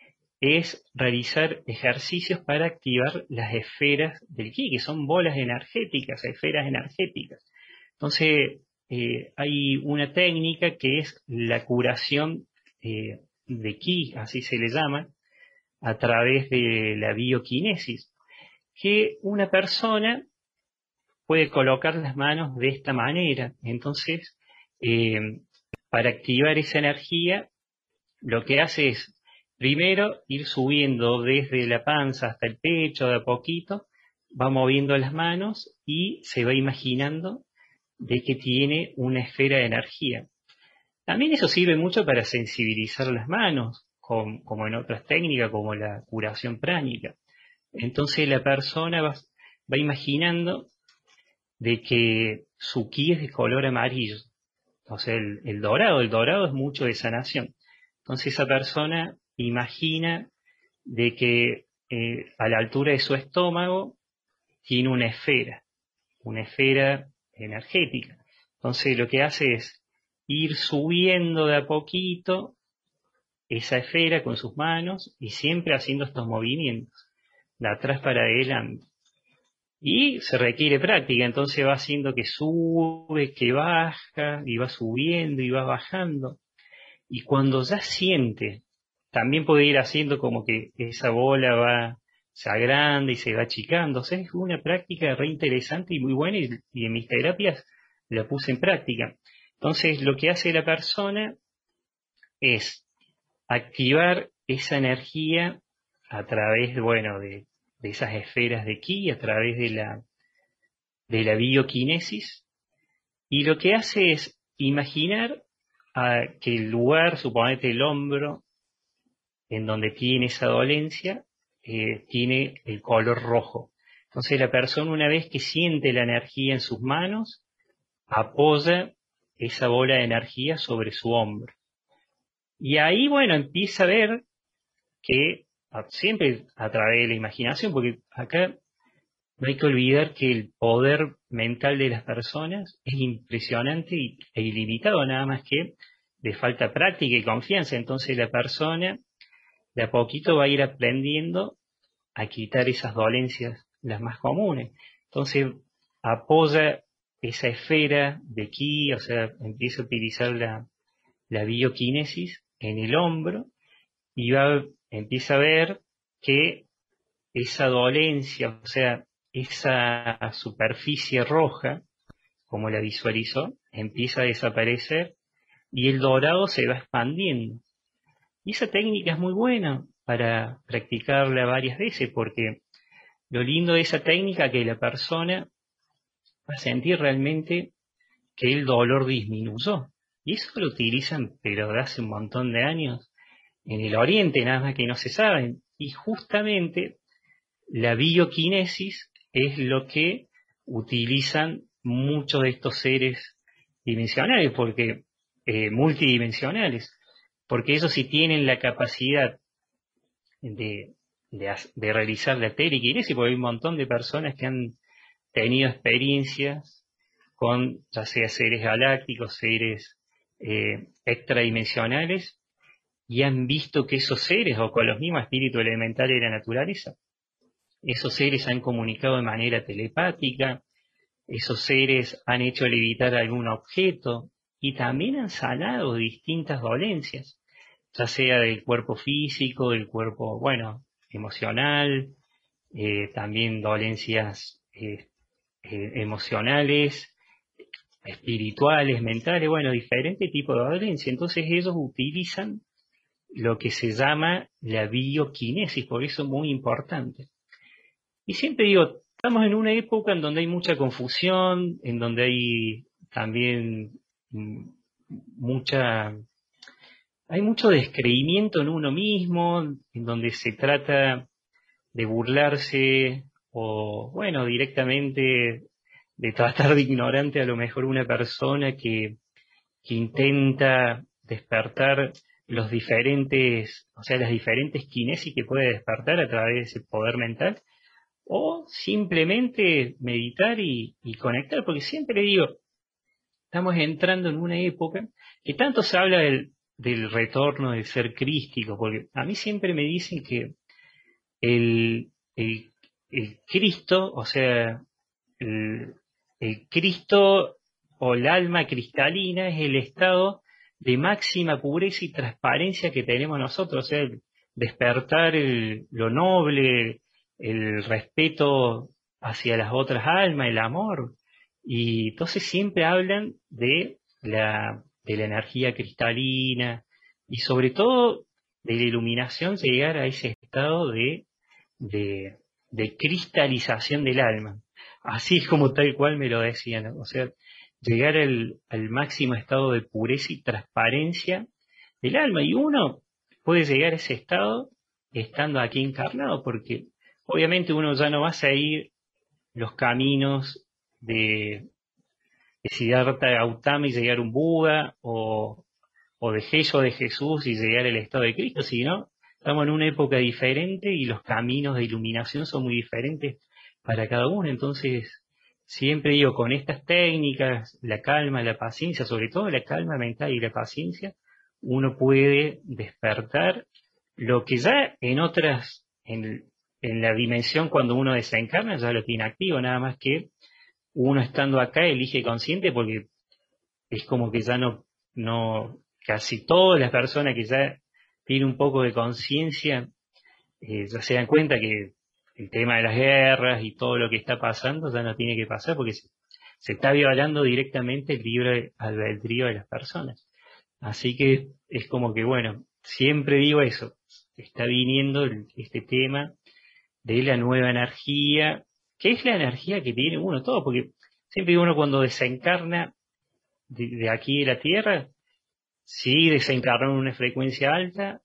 es realizar ejercicios para activar las esferas del ki, que son bolas energéticas, esferas energéticas. Entonces eh, hay una técnica que es la curación eh, de ki, así se le llama, a través de la bioquinesis, que una persona puede colocar las manos de esta manera. Entonces, eh, para activar esa energía, lo que hace es, primero, ir subiendo desde la panza hasta el pecho de a poquito, va moviendo las manos y se va imaginando de que tiene una esfera de energía. También eso sirve mucho para sensibilizar las manos, com- como en otras técnicas, como la curación pránica. Entonces la persona va, va imaginando de que su ki es de color amarillo, o sea, el, el dorado, el dorado es mucho de sanación. Entonces esa persona imagina de que eh, a la altura de su estómago tiene una esfera, una esfera energética. Entonces lo que hace es ir subiendo de a poquito esa esfera con sus manos y siempre haciendo estos movimientos, de atrás para adelante. Y se requiere práctica, entonces va haciendo que sube, que baja, y va subiendo y va bajando. Y cuando ya siente, también puede ir haciendo como que esa bola va, se agranda y se va achicando. O sea, es una práctica re interesante y muy buena, y, y en mis terapias la puse en práctica. Entonces, lo que hace la persona es activar esa energía a través, bueno, de, de esas esferas de ki, a través de la, de la bioquinesis, y lo que hace es imaginar a que el lugar, suponete el hombro, en donde tiene esa dolencia, eh, tiene el color rojo. Entonces la persona, una vez que siente la energía en sus manos, apoya esa bola de energía sobre su hombro. Y ahí, bueno, empieza a ver que a- siempre a través de la imaginación, porque acá no hay que olvidar que el poder mental de las personas es impresionante y- e ilimitado, nada más que le falta práctica y confianza. Entonces la persona de a poquito va a ir aprendiendo a quitar esas dolencias, las más comunes. Entonces apoya esa esfera de ki, o sea, empieza a utilizar la, la bioquinesis en el hombro y va, empieza a ver que esa dolencia, o sea, esa superficie roja, como la visualizó, empieza a desaparecer y el dorado se va expandiendo. Y esa técnica es muy buena para practicarla varias veces, porque lo lindo de esa técnica es que la persona va a sentir realmente que el dolor disminuyó. Y eso lo utilizan, pero de hace un montón de años, en el Oriente, nada más que no se saben. Y justamente la bioquinesis es lo que utilizan muchos de estos seres dimensionales, porque eh, multidimensionales, porque ellos sí tienen la capacidad de, de, ha- de realizar la telequinesis, porque hay un montón de personas que han tenido experiencias con ya sea seres galácticos, seres eh, extradimensionales, y han visto que esos seres, o con los mismos espíritus elementales de la naturaleza, Esos seres han comunicado de manera telepática, esos seres han hecho levitar algún objeto y también han sanado distintas dolencias, ya sea del cuerpo físico, del cuerpo, bueno, emocional, eh, también dolencias eh, eh, emocionales, espirituales, mentales, bueno, diferentes tipos de dolencias. Entonces ellos utilizan lo que se llama la bioquinesis, por eso es muy importante. Y siempre digo, estamos en una época en donde hay mucha confusión, en donde hay también mm, mucha, hay mucho descreimiento en uno mismo, en donde se trata de burlarse o, bueno, directamente de tratar de ignorante a lo mejor una persona que, que intenta despertar los diferentes, o sea, las diferentes quinesis que puede despertar a través de ese poder mental, o simplemente meditar y, y conectar, porque siempre digo, estamos entrando en una época que tanto se habla del, del retorno del ser crístico, porque a mí siempre me dicen que el, el, el Cristo, o sea, el, el Cristo o el alma cristalina es el estado de máxima pureza y transparencia que tenemos nosotros, o sea, el despertar el- lo noble, el respeto hacia las otras almas, el amor. Y entonces siempre hablan de la, de la energía cristalina y sobre todo de la iluminación, llegar a ese estado de de, de cristalización del alma. Así es como tal cual me lo decían, ¿no? O sea, llegar al, al máximo estado de pureza y transparencia del alma. Y uno puede llegar a ese estado estando aquí encarnado, porque obviamente uno ya no va a seguir los caminos de, de Siddhartha Gautama y llegar a un Buda, o, o de Jesús de Jesús y llegar al estado de Cristo, sino estamos en una época diferente y los caminos de iluminación son muy diferentes para cada uno. Entonces, siempre digo, con estas técnicas, la calma, la paciencia, sobre todo la calma mental y la paciencia, uno puede despertar lo que ya en otras, en, en la dimensión cuando uno desencarna, ya lo tiene activo, nada más que uno estando acá elige consciente, porque es como que ya no, no, casi todas las personas que ya tienen un poco de conciencia, eh, ya se dan cuenta que el tema de las guerras y todo lo que está pasando ya no tiene que pasar, porque se, se está violando directamente el libre albedrío de las personas. Así que es como que, bueno, siempre digo eso, está viniendo el- este tema de la nueva energía, que es la energía que tiene uno todo, porque siempre digo, uno cuando desencarna de, de aquí de la Tierra, si desencarnó en una frecuencia alta,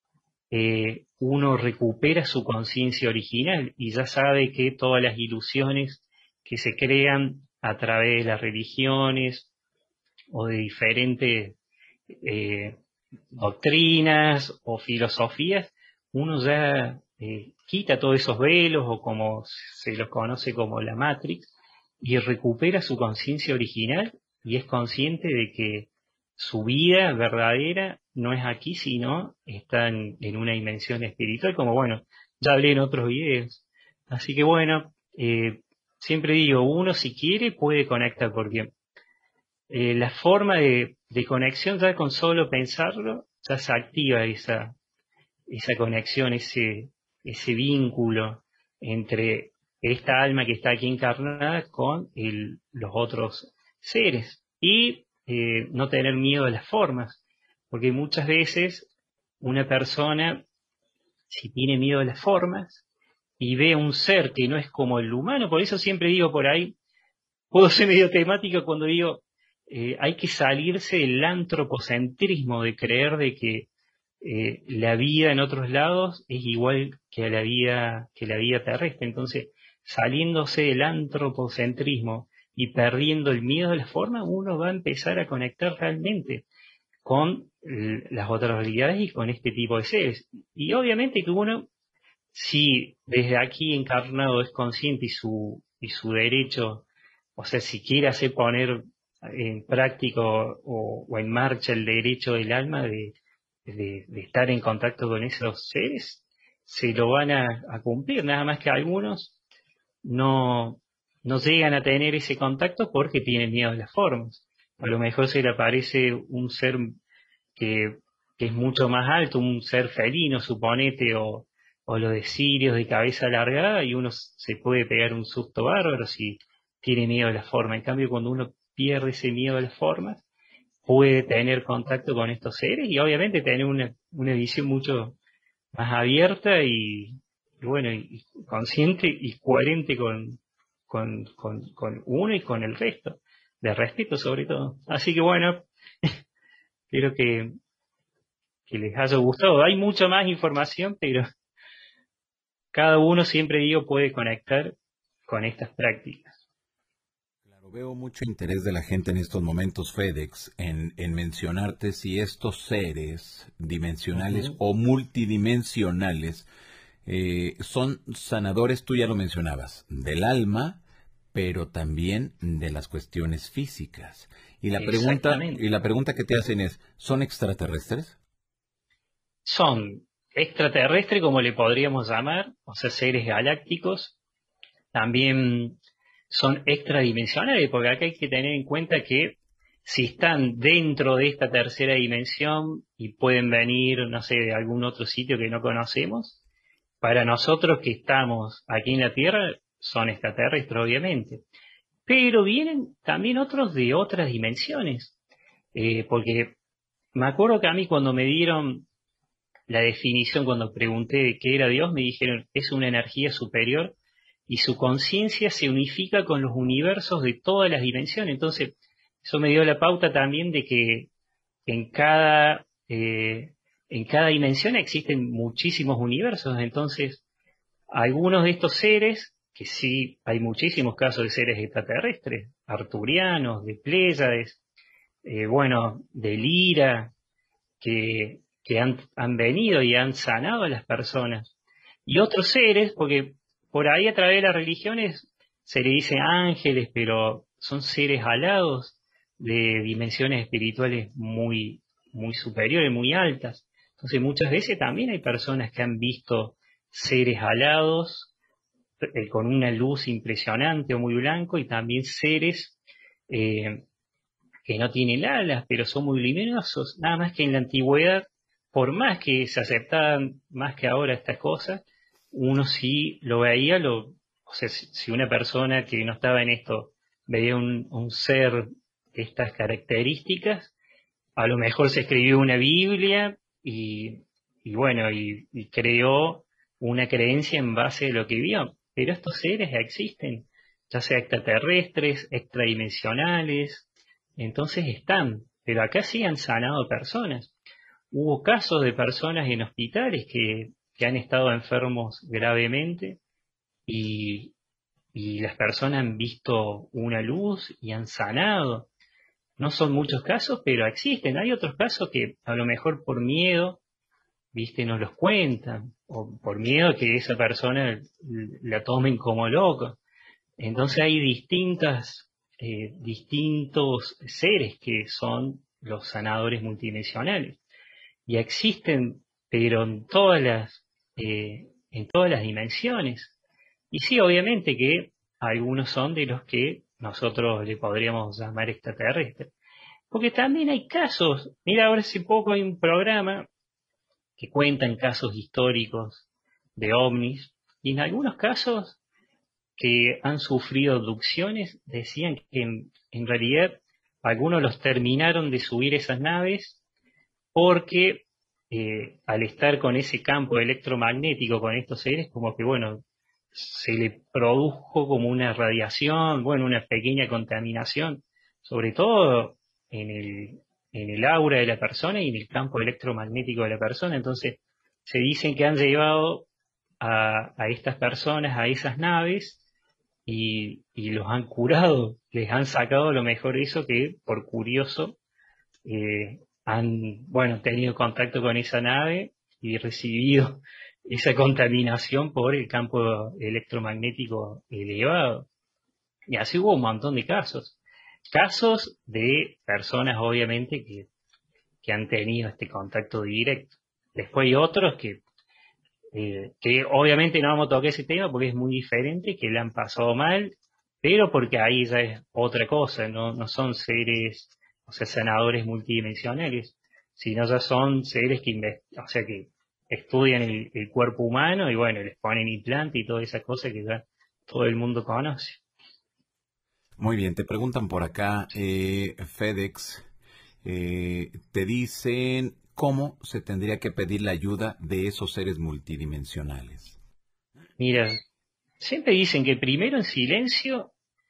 eh, uno recupera su conciencia original y ya sabe que todas las ilusiones que se crean a través de las religiones o de diferentes eh, doctrinas o filosofías, uno ya eh, quita todos esos velos, o como se los conoce como la Matrix, y recupera su conciencia original y es consciente de que su vida verdadera no es aquí, sino está en, en una dimensión espiritual, como bueno, ya hablé en otros videos. Así que bueno, eh, siempre digo, uno si quiere puede conectar, porque eh, la forma de, de conexión, ya con solo pensarlo, ya se activa esa, esa conexión, ese, ese vínculo entre esta alma que está aquí encarnada con el- los otros seres. Y eh, no tener miedo a las formas, porque muchas veces una persona, si tiene miedo a las formas y ve un ser que no es como el humano, por eso siempre digo por ahí, puedo ser medio temático cuando digo, eh, hay que salirse del antropocentrismo, de creer de que eh, la vida en otros lados es igual que a la vida, que la vida terrestre. Entonces, saliéndose del antropocentrismo y perdiendo el miedo de la forma, uno va a empezar a conectar realmente con eh, las otras realidades y con este tipo de seres. Y obviamente que uno, si desde aquí encarnado es consciente y su, y su derecho, o sea, si quiere hacer poner en práctica o, o en marcha el derecho del alma de, de- de estar en contacto con esos seres, se lo van a, a cumplir, nada más que algunos no, no llegan a tener ese contacto porque tienen miedo a las formas. A lo mejor se le aparece un ser que, que es mucho más alto, un ser felino, suponete, o, o lo de Sirios de cabeza alargada, y uno se puede pegar un susto bárbaro si tiene miedo a la forma. En cambio, cuando uno pierde ese miedo a las formas, puede tener contacto con estos seres y obviamente tener una, una visión mucho más abierta y, y bueno, y, y consciente y coherente con, con, con, con uno y con el resto, de respeto sobre todo. Así que bueno, espero que, que les haya gustado. Hay mucha más información, pero cada uno, siempre digo, puede conectar con estas prácticas. Claro, veo mucho interés de la gente en estos momentos, FedEx, en, en mencionarte si estos seres dimensionales Ujú. o multidimensionales eh, son sanadores, tú ya lo mencionabas, del alma, pero también de las cuestiones físicas. Y la pregunta, y Exactamente. la pregunta que te hacen es, ¿son extraterrestres? Son extraterrestres, como le podríamos llamar, o sea, seres galácticos. También son extradimensionales, porque acá hay que tener en cuenta que si están dentro de esta tercera dimensión y pueden venir, no sé, de algún otro sitio que no conocemos, para nosotros que estamos aquí en la Tierra son extraterrestres, obviamente. Pero vienen también otros de otras dimensiones, eh, porque me acuerdo que a mí cuando me dieron la definición, cuando pregunté de qué era Dios, me dijeron, es una energía superior y su conciencia se unifica con los universos de todas las dimensiones. Entonces, eso me dio la pauta también de que en cada, eh, en cada dimensión existen muchísimos universos. Entonces, algunos de estos seres, que sí hay muchísimos casos de seres extraterrestres, arturianos, de Pléyades, eh, bueno, de Lira, que, que han, han venido y han sanado a las personas. Y otros seres, porque por ahí a través de las religiones se le dice ángeles, pero son seres alados de dimensiones espirituales muy, muy superiores, muy altas. Entonces muchas veces también hay personas que han visto seres alados eh, con una luz impresionante o muy blanco y también seres eh, que no tienen alas, pero son muy luminosos. Nada más que en la antigüedad, por más que se aceptaban más que ahora estas cosas, uno sí lo veía, lo, o sea, si, si una persona que no estaba en esto veía un, un ser de estas características, a lo mejor se escribió una Biblia y, y bueno, y, y creó una creencia en base a lo que vio. Pero estos seres existen, ya sea extraterrestres, extradimensionales, entonces están. Pero acá sí han sanado personas. Hubo casos de personas en hospitales que, que han estado enfermos gravemente y, y las personas han visto una luz y han sanado. No son muchos casos, pero existen. Hay otros casos que a lo mejor por miedo, viste, no los cuentan, o por miedo que esa persona l- la tomen como loco. Entonces hay distintas, eh, distintos seres que son los sanadores multidimensionales. Y existen, pero en todas las, eh, en todas las dimensiones. Y sí, obviamente que algunos son de los que nosotros le podríamos llamar extraterrestres. Porque también hay casos, mira, ahora hace poco hay un programa que cuentan casos históricos de ovnis, y en algunos casos que han sufrido abducciones decían que en, en realidad algunos los terminaron de subir esas naves porque eh, al estar con ese campo electromagnético con estos seres, como que bueno, se le produjo como una radiación, bueno, una pequeña contaminación, sobre todo en el, en el aura de la persona y en el campo electromagnético de la persona. Entonces, se dicen que han llevado a, a estas personas a esas naves y, y los han curado, les han sacado lo mejor de eso que, por curioso, eh, han, bueno, tenido contacto con esa nave y recibido esa contaminación por el campo electromagnético elevado. Y así hubo un montón de casos. Casos de personas, obviamente, que, que han tenido este contacto directo. Después hay otros que eh, que obviamente no vamos a tocar ese tema porque es muy diferente, que le han pasado mal, pero porque ahí ya es otra cosa, no, no son seres, o sea, sanadores multidimensionales, sino ya son seres que, inves- o sea, que estudian el, el cuerpo humano y bueno, les ponen implante y toda esa cosa que ya todo el mundo conoce. Muy bien, te preguntan por acá, eh, FedEx, eh, te dicen cómo se tendría que pedir la ayuda de esos seres multidimensionales. Mira, siempre dicen que primero en silencio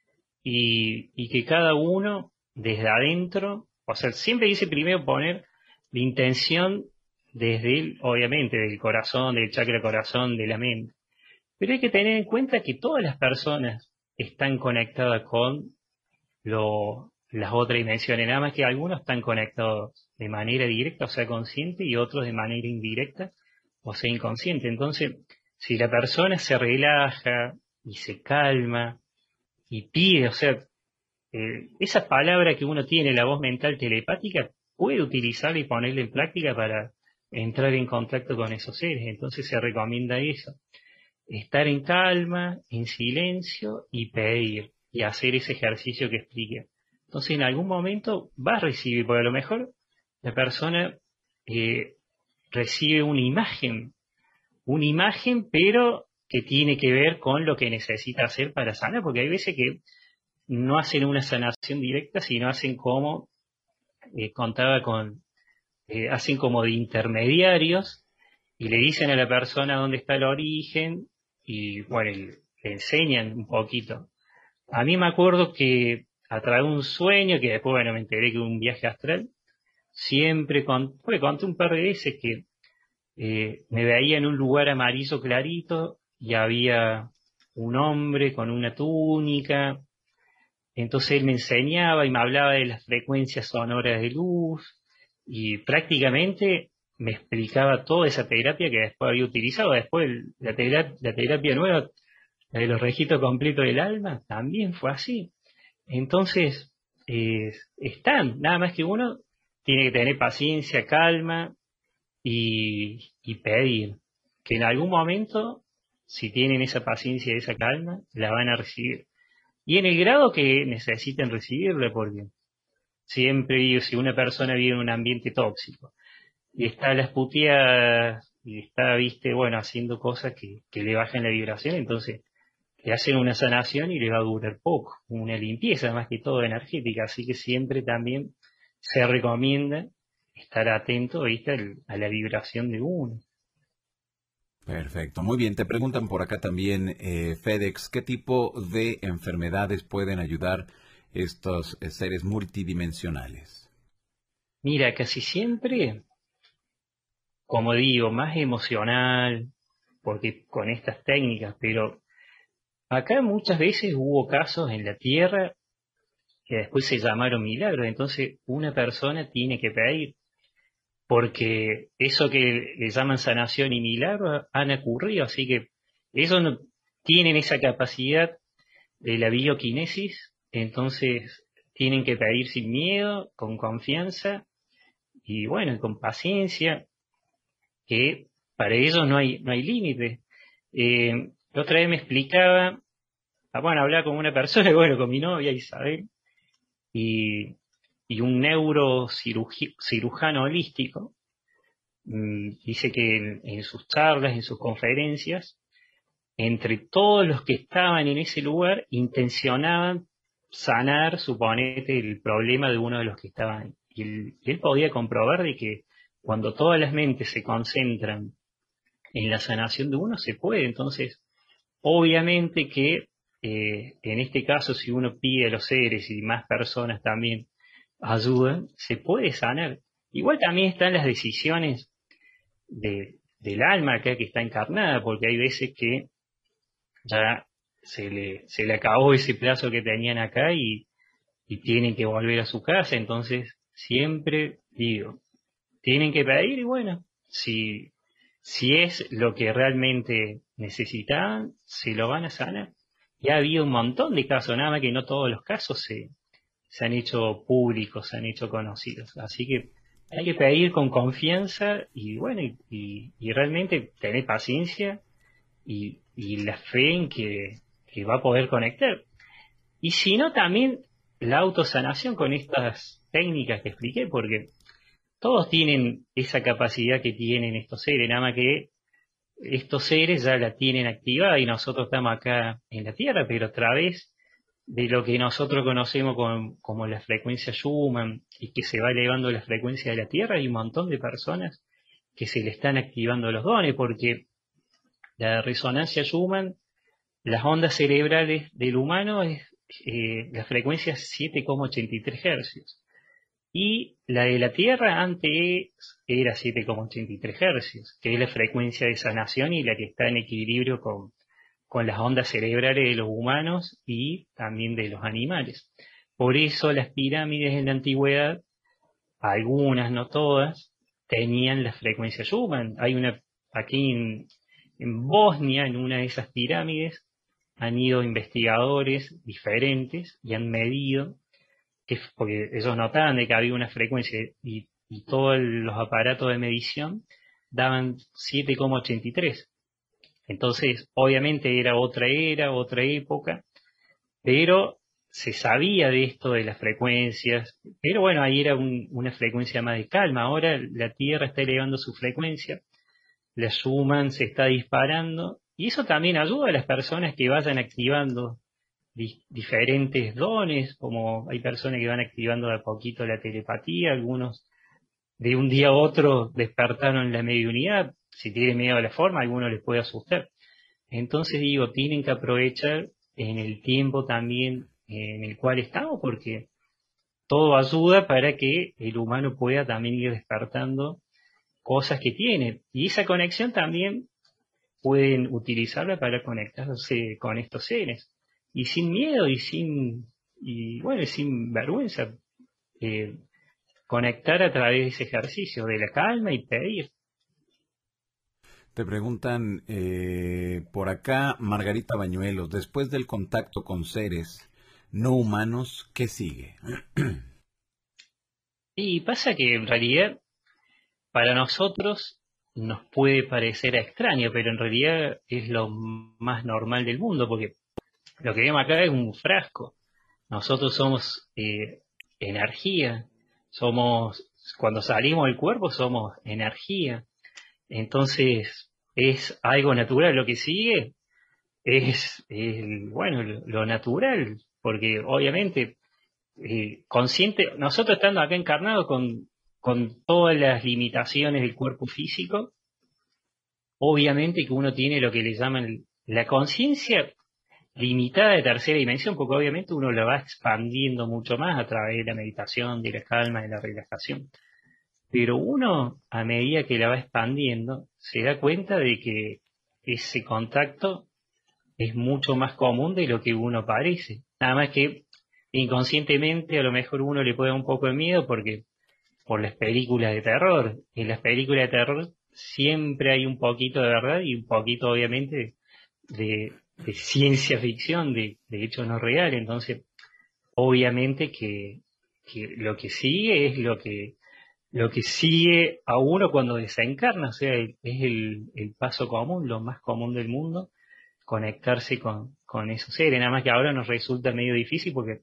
y, y que cada uno desde adentro, o sea, siempre dice primero poner la intención desde el, obviamente, del corazón, del chakra corazón, de la mente. Pero hay que tener en cuenta que todas las personas están conectadas con lo, las otras dimensiones, nada más que algunos están conectados de manera directa, o sea, consciente, y otros de manera indirecta, o sea, inconsciente. Entonces, si la persona se relaja y se calma y pide, o sea, eh, esa palabra que uno tiene, la voz mental telepática, puede utilizarla y ponerla en práctica para entrar en contacto con esos seres. Entonces se recomienda eso, estar en calma, en silencio y pedir y hacer ese ejercicio que explique. Entonces en algún momento va a recibir, porque a lo mejor la persona eh, recibe una imagen, una imagen, pero que tiene que ver con lo que necesita hacer para sanar, porque hay veces que no hacen una sanación directa, sino hacen como, eh, contaba con, eh, hacen como de intermediarios y le dicen a la persona dónde está el origen y bueno, y le enseñan un poquito. A mí me acuerdo que a través de un sueño, que después, bueno, me enteré que un viaje astral, siempre con, pues, conté un par de veces que eh, me veía en un lugar amarillo clarito y había un hombre con una túnica. Entonces él me enseñaba y me hablaba de las frecuencias sonoras de luz y prácticamente me explicaba toda esa terapia que después había utilizado. Después el- la, tera- la terapia nueva, la de los registros completos del alma, también fue así. Entonces, eh, están, nada más que uno tiene que tener paciencia, calma y, y pedir que en algún momento, si tienen esa paciencia y esa calma, la van a recibir. Y en el grado que necesiten recibirla, porque siempre digo, si una persona vive en un ambiente tóxico y está a las puteadas y está, viste, bueno, haciendo cosas que, que le bajan la vibración, entonces le hacen una sanación y le va a durar poco, una limpieza más que todo energética, así que siempre también se recomienda estar atento, viste, al- a la vibración de uno. Perfecto, muy bien. Te preguntan por acá también, eh, FedEx, ¿qué tipo de enfermedades pueden ayudar estos eh, seres multidimensionales? Mira, casi siempre, como digo, más emocional, porque con estas técnicas, pero acá muchas veces hubo casos en la Tierra que después se llamaron milagros, entonces una persona tiene que pedir, porque eso que le llaman sanación y milagros han ocurrido, así que ellos no tienen esa capacidad de la bioquinesis, entonces tienen que pedir sin miedo, con confianza y bueno, con paciencia, que para ellos no hay, no hay límite. Eh, la otra vez me explicaba, ah, bueno, hablaba con una persona, bueno, con mi novia Isabel, y, y un neurocirujano holístico mm, dice que en, en sus charlas, en sus conferencias, entre todos los que estaban en ese lugar, intencionaban sanar, suponete, el problema de uno de los que estaban. Y él, y él podía comprobar de que cuando todas las mentes se concentran en la sanación de uno, se puede. Entonces, obviamente que eh, en este caso, si uno pide a los seres y más personas también ayudan, se puede sanar. Igual también están las decisiones de, del alma acá que está encarnada, porque hay veces que ya se le, se le acabó ese plazo que tenían acá y, y tienen que volver a su casa, entonces siempre digo, tienen que pedir y bueno, si, si es lo que realmente necesitaban, se lo van a sanar. Y ha habido un montón de casos, nada más que no todos los casos se, se han hecho públicos, se han hecho conocidos. Así que Hay que pedir con confianza y bueno, y, y- y realmente tener paciencia y, y la fe en que, que va a poder conectar. Y si no, también la autosanación con estas técnicas que expliqué, porque todos tienen esa capacidad que tienen estos seres, nada más que estos seres ya la tienen activada y nosotros estamos acá en la Tierra, pero a través de lo que nosotros conocemos con- como la frecuencia Schumann y que se va elevando la frecuencia de la Tierra, hay un montón de personas que se le están activando los dones, porque la resonancia Schumann, las ondas cerebrales del humano es eh, la frecuencia es siete coma ochenta y tres hercios. Y la de la Tierra antes era siete coma ochenta y tres hercios, que es la frecuencia de sanación y la que está en equilibrio con, con las ondas cerebrales de los humanos y también de los animales. Por eso las pirámides en la antigüedad, algunas, no todas, tenían la frecuencia Schumann. Hay una aquí en, en Bosnia, en una de esas pirámides, han ido investigadores diferentes y han medido que, porque ellos notaban de que había una frecuencia y, y todos los aparatos de medición daban siete coma ochenta y tres. Entonces, obviamente era otra era, otra época, pero se sabía de esto de las frecuencias, pero bueno, ahí era un- una frecuencia más de calma. Ahora la Tierra está elevando su frecuencia, la Schumann se está disparando, y eso también ayuda a las personas que vayan activando di- diferentes dones, como hay personas que van activando de a poquito la telepatía, algunos de un día a otro despertaron la mediunidad, si tienen miedo a la forma, a algunos les puede asustar. Entonces digo, tienen que aprovechar en el tiempo también en el cual estamos, porque todo ayuda para que el humano pueda también ir despertando cosas que tiene. Y esa conexión también pueden utilizarla para conectarse con estos seres. Y sin miedo y sin, y bueno, y sin vergüenza, eh, conectar a través de ese ejercicio de la calma y pedir. Te preguntan eh, por acá, Margarita Bañuelos, después del contacto con seres no humanos, ¿qué sigue? Y pasa que en realidad para nosotros nos puede parecer extraño, pero en realidad es lo más normal del mundo, porque lo que vemos acá es un frasco. Nosotros somos eh, energía, somos, cuando salimos del cuerpo somos energía. Entonces es algo natural. Lo que sigue es, el, bueno, lo, lo natural, porque obviamente eh, consciente, nosotros estando acá encarnados con, con todas las limitaciones del cuerpo físico, obviamente que uno tiene lo que le llaman la conciencia limitada de tercera dimensión, porque obviamente uno la va expandiendo mucho más a través de la meditación, de la calma, de la relajación. Pero uno, a medida que la va expandiendo, se da cuenta de que ese contacto es mucho más común de lo que uno parece. Nada más que inconscientemente a lo mejor uno le puede dar un poco de miedo porque por las películas de terror. En las películas de terror siempre hay un poquito de verdad y un poquito obviamente de, de ciencia ficción, de, de hechos no reales. Entonces, obviamente que, que lo que sigue es lo que lo que sigue a uno cuando desencarna, o sea, es el, el paso común, lo más común del mundo, conectarse con, con esos seres. Nada más que ahora nos resulta medio difícil porque,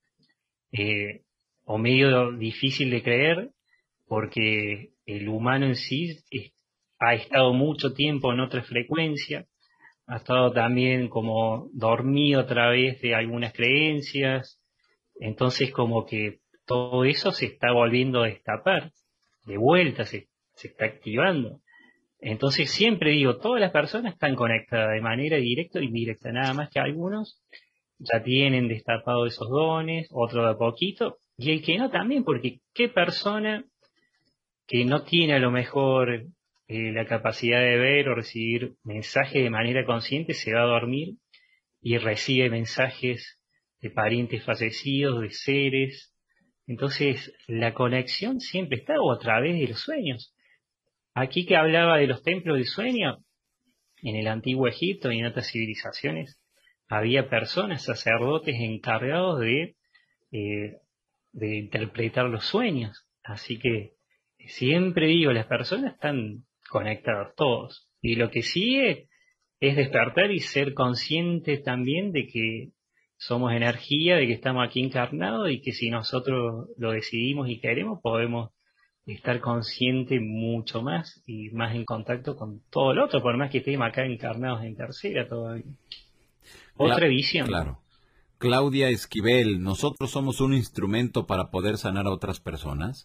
eh, o medio difícil de creer, porque el humano en sí es- ha estado mucho tiempo en otra frecuencia, ha estado también como dormido a través de algunas creencias, entonces como que todo eso se está volviendo a destapar, de vuelta se, se está activando. Entonces siempre digo, todas las personas están conectadas de manera directa o indirecta, nada más que algunos ya tienen destapado esos dones, otros de a poquito, y el que no también, porque qué persona que no tiene a lo mejor eh, la capacidad de ver o recibir mensajes de manera consciente se va a dormir y recibe mensajes de parientes fallecidos, de seres. Entonces, la conexión siempre está o a través de los sueños. Aquí que hablaba de los templos de sueño, en el antiguo Egipto y en otras civilizaciones, había personas, sacerdotes encargados de, eh, de interpretar los sueños. Así que siempre digo, las personas están conectadas todos. Y lo que sigue es despertar y ser conscientes también de que somos energía, de que estamos aquí encarnados y que si nosotros lo decidimos y queremos, podemos estar conscientes mucho más y más en contacto con todo lo otro, por más que estemos acá encarnados en tercera todavía. Cla- Otra visión. claro. Claudia Esquivel, ¿nosotros somos un instrumento para poder sanar a otras personas?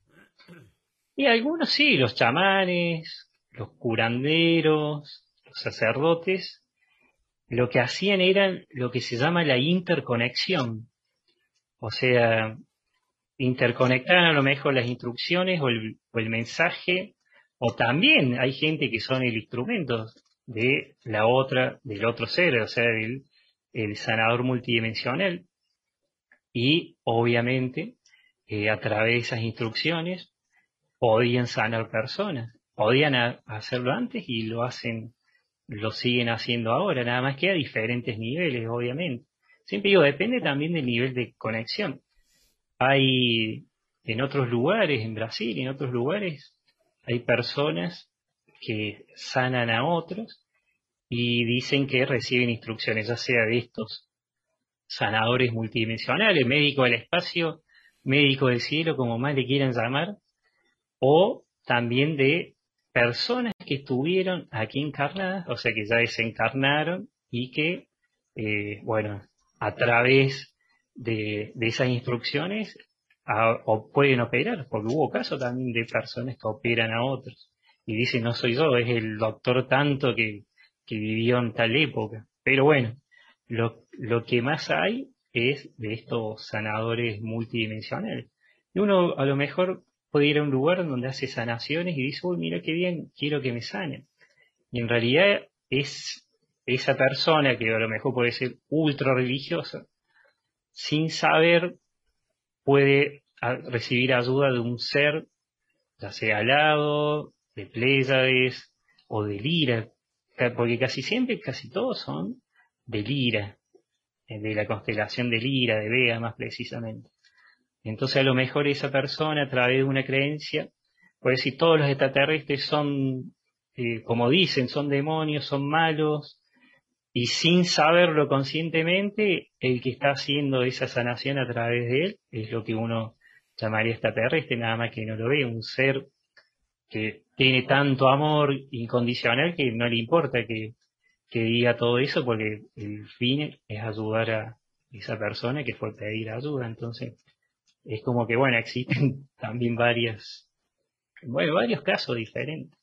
Y algunos sí, los chamanes, los curanderos, los sacerdotes, lo que hacían era lo que se llama la interconexión. O sea, interconectar a lo mejor las instrucciones o el, o el mensaje, o también hay gente que son el instrumento de la otra, del otro ser, o sea, el, el sanador multidimensional, y obviamente eh, a través de esas instrucciones podían sanar personas, podían a- hacerlo antes y lo hacen, lo siguen haciendo ahora, nada más que a diferentes niveles, obviamente. Siempre digo, depende también del nivel de conexión. Hay en otros lugares, en Brasil y en otros lugares, hay personas que sanan a otros y dicen que reciben instrucciones, ya sea de estos sanadores multidimensionales, médico del espacio, médico del cielo, como más le quieran llamar, o también de personas que estuvieron aquí encarnadas, o sea que ya desencarnaron y que, eh, bueno, a través de, de esas instrucciones a- o pueden operar, porque hubo casos también de personas que operan a otros y dicen no soy yo, es el doctor tanto que, que vivió en tal época. Pero bueno, lo, lo que más hay es de estos sanadores multidimensionales. Y uno a lo mejor puede ir a un lugar donde hace sanaciones y dice, uy, mira qué bien, quiero que me sanen. Y en realidad es esa persona que a lo mejor puede ser ultra religiosa, sin saber puede a- recibir ayuda de un ser, ya sea alado, de Pléyades o de Lira, ca- porque casi siempre, casi todos son de Lira, eh, de la constelación de Lira, de Vega más precisamente. Entonces a lo mejor esa persona a través de una creencia puede decir todos los extraterrestres son, eh, como dicen, son demonios, son malos, y sin saberlo conscientemente, el que está haciendo esa sanación a través de él es lo que uno llamaría extraterrestre, nada más que no lo ve, un ser que tiene tanto amor incondicional que no le importa que, que diga todo eso porque el fin es ayudar a esa persona que fue a pedir ayuda. Entonces, es como que, bueno, existen también varias, bueno, varios casos diferentes.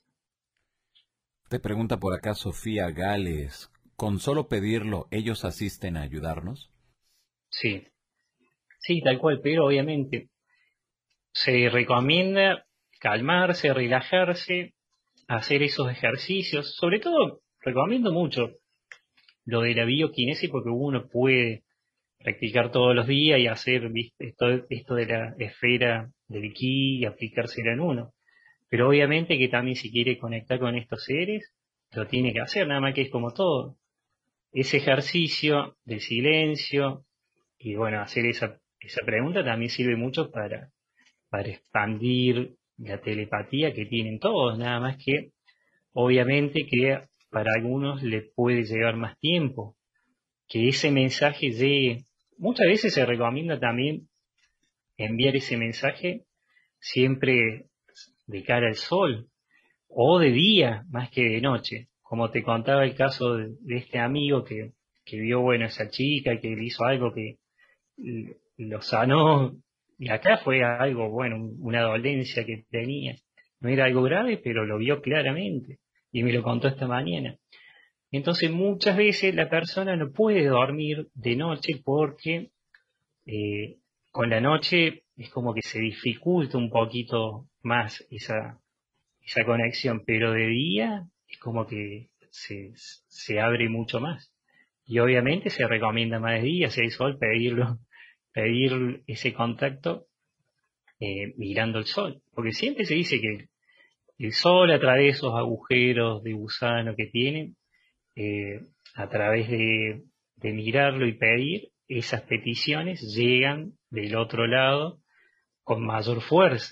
Te pregunta por acá Sofía Gales, ¿con solo pedirlo ellos asisten a ayudarnos? Sí, sí, tal cual, pero obviamente se recomienda calmarse, relajarse, hacer esos ejercicios. Sobre todo, recomiendo mucho lo de la bioquinesis porque uno puede practicar todos los días y hacer, ¿viste? Esto, esto de la esfera del ki y aplicársela en uno. Pero obviamente que también si quiere conectar con estos seres, lo tiene que hacer, nada más que es como todo. Ese ejercicio de silencio y bueno, hacer esa, esa pregunta también sirve mucho para, para expandir la telepatía que tienen todos, nada más que obviamente que para algunos le puede llevar más tiempo, que ese mensaje llegue. Muchas veces se recomienda también enviar ese mensaje siempre de cara al sol o de día más que de noche. Como te contaba el caso de, de este amigo que, que vio, bueno, esa chica que le hizo algo que l- lo sanó, y acá fue algo, bueno, un- una dolencia que tenía. No era algo grave, pero lo vio claramente y me lo contó esta mañana. Entonces muchas veces la persona no puede dormir de noche porque eh, con la noche es como que se dificulta un poquito más esa, esa conexión, pero de día es como que se, se abre mucho más. Y obviamente se recomienda más de día, si hay sol, pedirlo, pedir ese contacto eh, mirando el sol. Porque siempre se dice que el sol a través de esos agujeros de gusano que tiene, eh, a través de, de mirarlo y pedir, esas peticiones llegan del otro lado con mayor fuerza.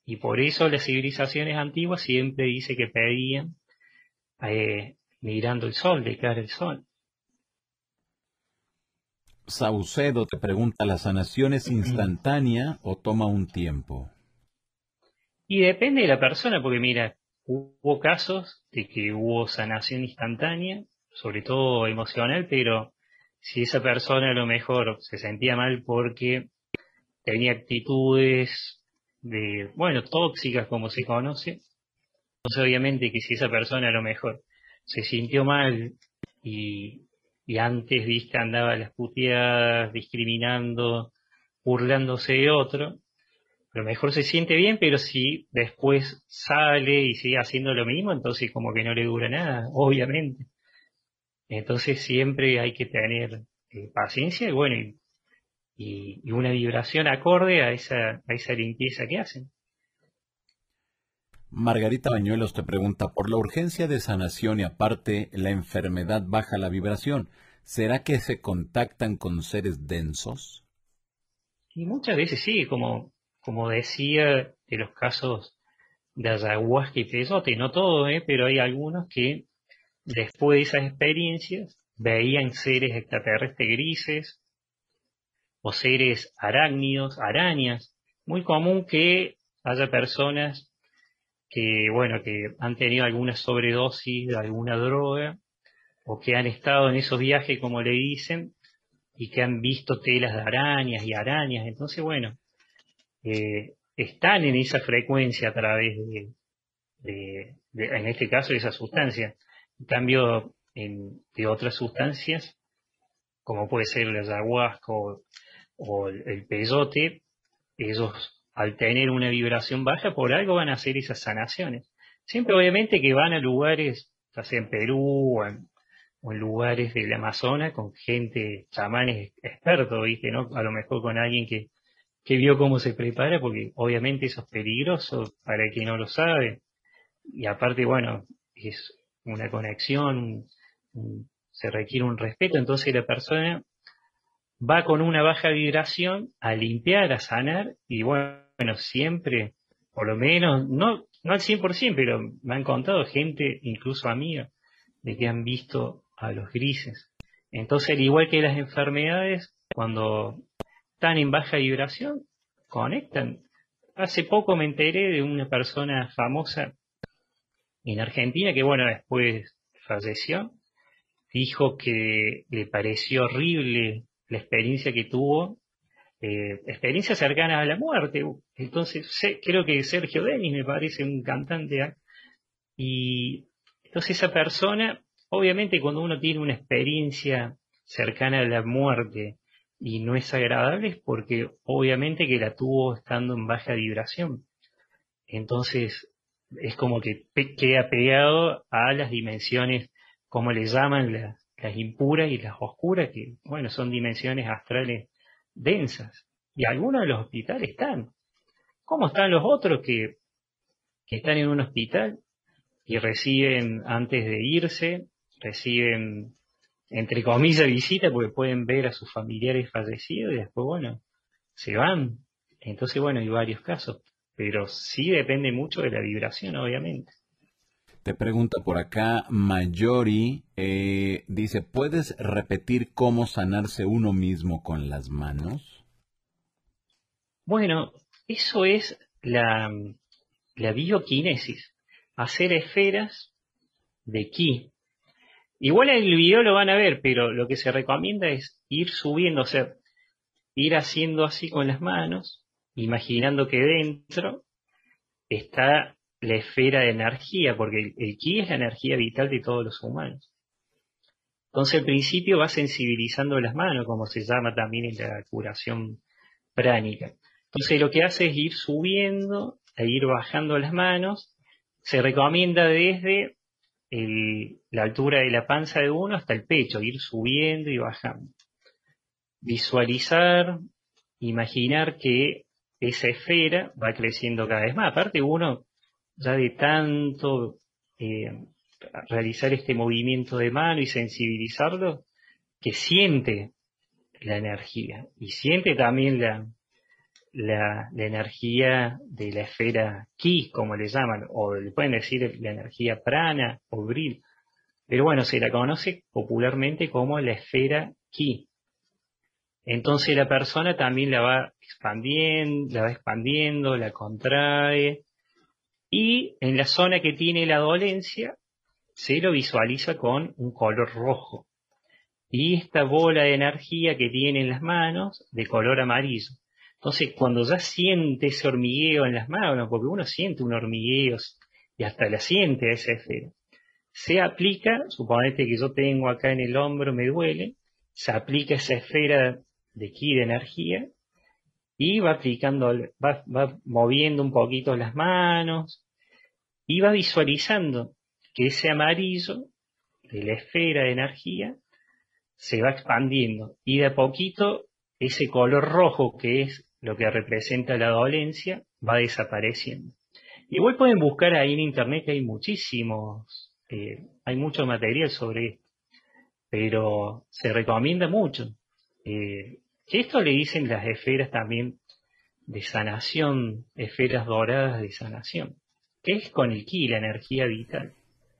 Y por eso las civilizaciones antiguas siempre dice que pedían eh, mirando el sol, de cara al sol. Saucedo te pregunta, ¿la sanación es instantánea o toma un tiempo? Y depende de la persona, porque mira, hubo casos de que hubo sanación instantánea, sobre todo emocional, pero si esa persona a lo mejor se sentía mal porque tenía actitudes de, bueno, tóxicas como se conoce, entonces obviamente que si esa persona a lo mejor se sintió mal y, y antes, viste, andaba a las puteadas, discriminando, burlándose de otro, a lo mejor se siente bien, pero si después sale y sigue haciendo lo mismo, entonces como que no le dura nada, obviamente. Entonces siempre hay que tener eh, paciencia y bueno, y, y- y una vibración acorde a esa, a esa limpieza que hacen. Margarita Bañuelos te pregunta, por la urgencia de sanación y aparte la enfermedad baja la vibración, ¿será que se contactan con seres densos? Y muchas veces sí, como, como decía de los casos de ayahuasca y peyote, no todo, ¿eh? Pero hay algunos que después de esas experiencias veían seres extraterrestres grises o seres arácnidos, arañas. Muy común que haya personas que, bueno, que han tenido alguna sobredosis de alguna droga o que han estado en esos viajes, como le dicen, y que han visto telas de arañas y arañas. Entonces, bueno, eh, están en esa frecuencia a través de, de- de- en este caso, de esa sustancia. En cambio, en, de otras sustancias, como puede ser el ayahuasca o, o el, el peyote, ellos al tener una vibración baja, por algo van a hacer esas sanaciones. Siempre obviamente que van a lugares, ya sea en Perú o en, o en lugares del Amazonas, con gente, chamanes expertos, ¿viste? ¿No? A lo mejor con alguien que, que vio cómo se prepara, porque obviamente eso es peligroso para el que no lo sabe. Y aparte, bueno, es una conexión, un- un- se requiere un respeto, entonces la persona va con una baja vibración a limpiar, a sanar, y bueno, siempre, por lo menos, no, no al cien por ciento, pero me han contado gente, incluso amiga, de que han visto a los grises. Entonces, al igual que las enfermedades, cuando están en baja vibración, conectan. Hace poco me enteré de una persona famosa en Argentina que, bueno, después falleció, dijo que le pareció horrible la experiencia que tuvo, eh, experiencias cercanas a la muerte. Entonces, sé- creo que Sergio Denis me parece un cantante, ¿ah? Y entonces esa persona, obviamente cuando uno tiene una experiencia cercana a la muerte y no es agradable, es porque obviamente que la tuvo estando en baja vibración. Entonces, es como que pe- queda pegado a las dimensiones, como le llaman la- las impuras y las oscuras, que, bueno, son dimensiones astrales densas. Y algunos de los hospitales están. ¿Cómo están los otros que, que están en un hospital y reciben, antes de irse, reciben, entre comillas, visita, porque pueden ver a sus familiares fallecidos y después, bueno, se van? Entonces, bueno, hay varios casos, pero sí depende mucho de la vibración, obviamente. Te pregunta por acá Mayori, eh, dice, ¿puedes repetir cómo sanarse uno mismo con las manos? Bueno, eso es la, la bioquinesis, hacer esferas de ki. Igual en el video lo van a ver, pero lo que se recomienda es ir subiendo, o sea, ir haciendo así con las manos, imaginando que dentro está la esfera de energía, porque el, el ki es la energía vital de todos los humanos. Entonces al principio va sensibilizando las manos, como se llama también en la curación pránica. Entonces lo que hace es ir subiendo e ir bajando las manos. Se recomienda desde el- la altura de la panza de uno hasta el pecho, ir subiendo y bajando. Visualizar, imaginar que esa esfera va creciendo cada vez más. Aparte uno, ya de tanto eh, realizar este movimiento de mano y sensibilizarlo, que siente la energía y siente también la, la, la energía de la esfera Ki, como le llaman, o le pueden decir la energía prana o bril, pero bueno, se la conoce popularmente como la esfera Ki. Entonces la persona también la va expandiendo, la va expandiendo, la contrae, y en la zona que tiene la dolencia se lo visualiza con un color rojo. Y esta bola de energía que tiene en las manos de color amarillo. Entonces, cuando ya siente ese hormigueo en las manos, porque uno siente un hormigueo y hasta la siente a esa esfera, se aplica, suponete que yo tengo acá en el hombro, me duele, se aplica esa esfera de ki de energía y va aplicando, va, va moviendo un poquito las manos y va visualizando que ese amarillo de la esfera de energía se va expandiendo y de a poquito ese color rojo, que es lo que representa la dolencia, va desapareciendo. Igual pueden buscar ahí en internet que hay muchísimos, eh, hay mucho material sobre esto, pero se recomienda mucho. Eh, que esto le dicen las esferas también de sanación, esferas doradas de sanación, que es con el ki, la energía vital.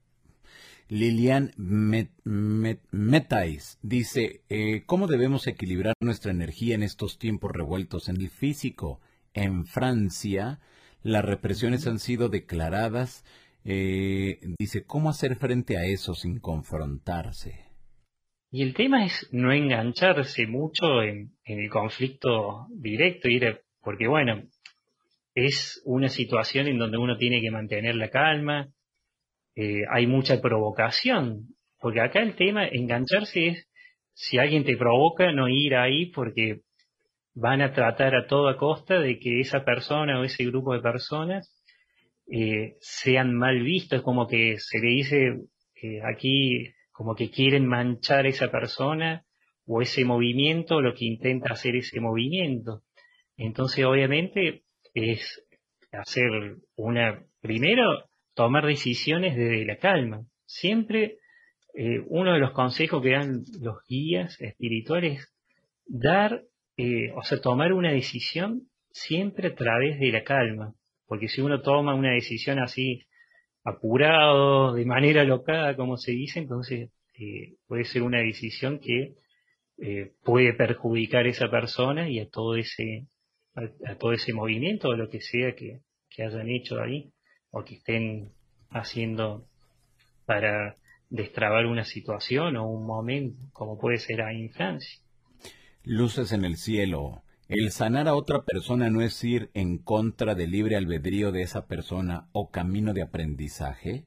Lilian Met, Met, Metais dice, eh, ¿cómo debemos equilibrar nuestra energía en estos tiempos revueltos en el físico? En Francia, las represiones han sido declaradas. Eh, dice, ¿cómo hacer frente a eso sin confrontarse? Y el tema es no engancharse mucho en, en el conflicto directo, ir, porque bueno, es una situación en donde uno tiene que mantener la calma, eh, hay mucha provocación, porque acá el tema, engancharse es, si alguien te provoca, no ir ahí porque van a tratar a toda costa de que esa persona o ese grupo de personas eh, sean mal vistos, es como que se le dice eh, aquí, como que quieren manchar a esa persona o ese movimiento, lo que intenta hacer ese movimiento. Entonces, obviamente, es hacer una, primero, tomar decisiones desde la calma. Siempre, eh, uno de los consejos que dan los guías espirituales, dar, eh, o sea, tomar una decisión siempre a través de la calma. Porque si uno toma una decisión así, apurado, de manera locada, como se dice, entonces eh, puede ser una decisión que eh, puede perjudicar a esa persona y a todo ese a, a todo ese movimiento o lo que sea que, que hayan hecho ahí o que estén haciendo para destrabar una situación o un momento, como puede ser ahí en Francia. Luces en el cielo. El sanar a otra persona no es ir en contra del libre albedrío de esa persona o camino de aprendizaje.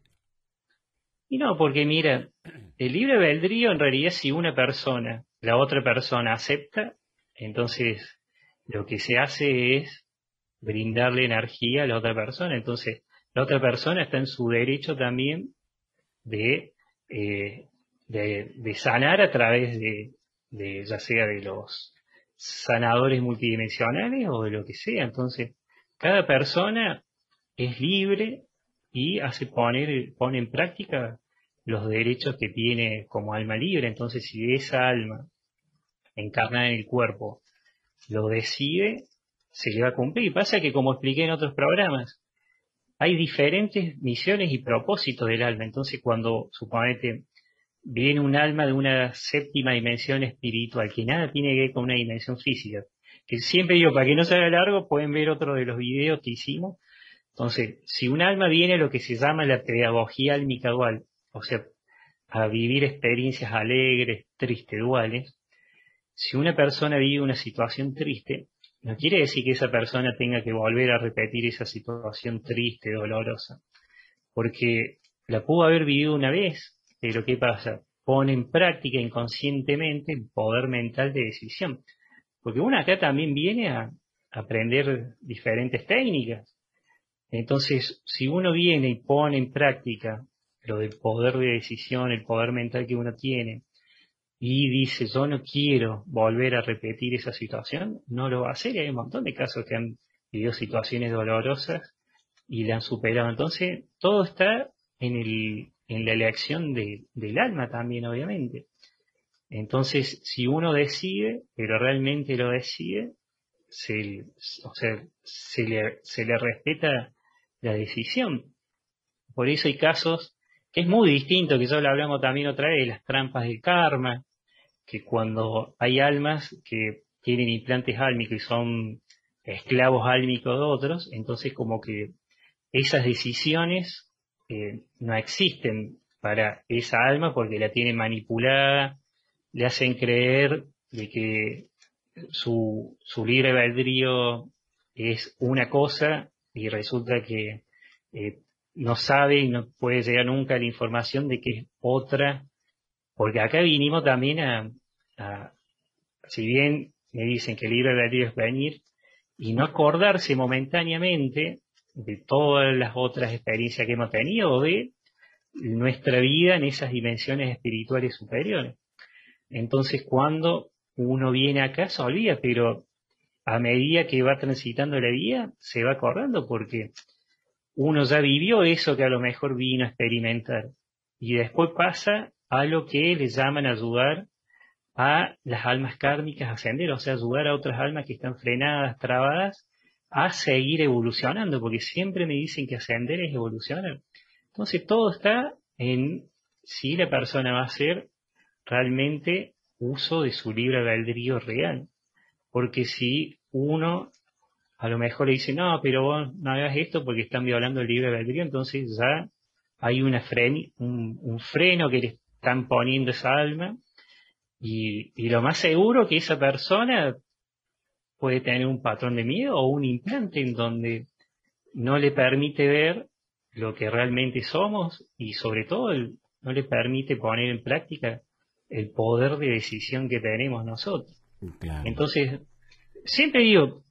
Y no, porque mira, el libre albedrío en realidad si una persona, la otra persona acepta, entonces lo que se hace es brindarle energía a la otra persona. Entonces, la otra persona está en su derecho también de, eh, de, de sanar a través de, de, ya sea de los sanadores multidimensionales o de lo que sea. Entonces, cada persona es libre y hace poner, pone en práctica los derechos que tiene como alma libre. Entonces, si esa alma encarnada en el cuerpo lo decide, se le va a cumplir. Y pasa que, como expliqué en otros programas, hay diferentes misiones y propósitos del alma. Entonces, cuando, suponete, viene un alma de una séptima dimensión espiritual, que nada tiene que ver con una dimensión física, que siempre digo, para que no se haga largo, pueden ver otro de los videos que hicimos. Entonces, si un alma viene a lo que se llama la pedagogía álmica dual, o sea, a vivir experiencias alegres, tristes, duales, si una persona vive una situación triste, no quiere decir que esa persona tenga que volver a repetir esa situación triste, dolorosa, porque la pudo haber vivido una vez, pero ¿qué pasa? Pone en práctica inconscientemente el poder mental de decisión, porque uno acá también viene a aprender diferentes técnicas. Entonces, si uno viene y pone en práctica lo del poder de decisión, el poder mental que uno tiene, y dice, yo no quiero volver a repetir esa situación, no lo va a hacer. Y hay un montón de casos que han vivido situaciones dolorosas y la han superado. Entonces, todo está en, el, en la elección de, del alma también, obviamente. Entonces, si uno decide, pero realmente lo decide, se, o sea, se le, se le respeta la decisión. Por eso hay casos que es muy distinto, que ya lo hablamos también otra vez, las trampas del karma, que cuando hay almas que tienen implantes álmicos y son esclavos álmicos de otros, entonces como que esas decisiones eh, no existen para esa alma porque la tienen manipulada, le hacen creer de que su, su libre albedrío es una cosa y resulta que eh, no sabe y no puede llegar nunca a la información de que es otra, porque acá vinimos también a, a si bien me dicen que el libre albedrío es venir y no acordarse momentáneamente de todas las otras experiencias que hemos tenido o de nuestra vida en esas dimensiones espirituales superiores. Entonces, cuando uno viene acá, se olvida, pero a medida que va transitando la vida, se va acordando porque uno ya vivió eso que a lo mejor vino a experimentar. Y después pasa a lo que le llaman ayudar a las almas kármicas a ascender, o sea, ayudar a otras almas que están frenadas, trabadas, a seguir evolucionando, porque siempre me dicen que ascender es evolucionar. Entonces todo está en si la persona va a hacer realmente uso de su libre albedrío real. Porque si uno a lo mejor le dice, no, pero vos no hagas esto porque están violando el libre albedrío, entonces ya hay una fren un, un freno que le están poniendo a esa alma y, y lo más seguro que esa persona puede tener un patrón de miedo o un implante en donde no le permite ver lo que realmente somos y sobre todo el- no le permite poner en práctica el poder de decisión que tenemos nosotros. Claro. Entonces, siempre digo,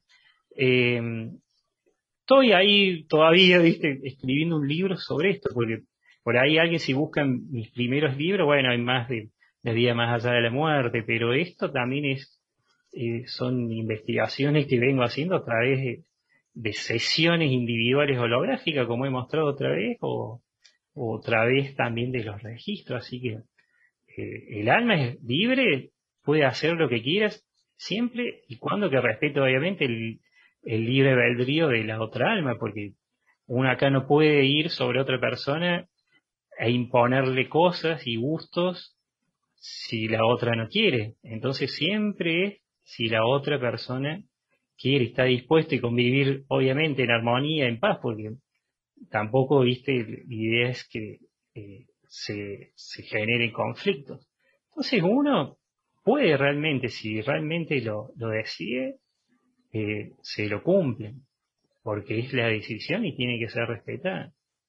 eh, estoy ahí todavía, ¿viste? Escribiendo un libro sobre esto, porque por ahí alguien si busca mis primeros libros, bueno, hay más de La vida más allá de la muerte, pero esto también es, eh, son investigaciones que vengo haciendo a través de, de sesiones individuales holográficas, como he mostrado otra vez, o, o otra vez también de los registros, así que eh, el alma es libre, puede hacer lo que quieras, siempre y cuando que respete obviamente el, el libre albedrío de la otra alma, porque uno acá no puede ir sobre otra persona e imponerle cosas y gustos si la otra no quiere. Entonces siempre es si la otra persona quiere, está dispuesta y convivir obviamente en armonía, en paz, porque tampoco, viste, la idea es que eh, se, se generen conflictos. Entonces uno puede realmente, si realmente lo, lo decide, eh, se lo cumple, porque es la decisión y tiene que ser respetada.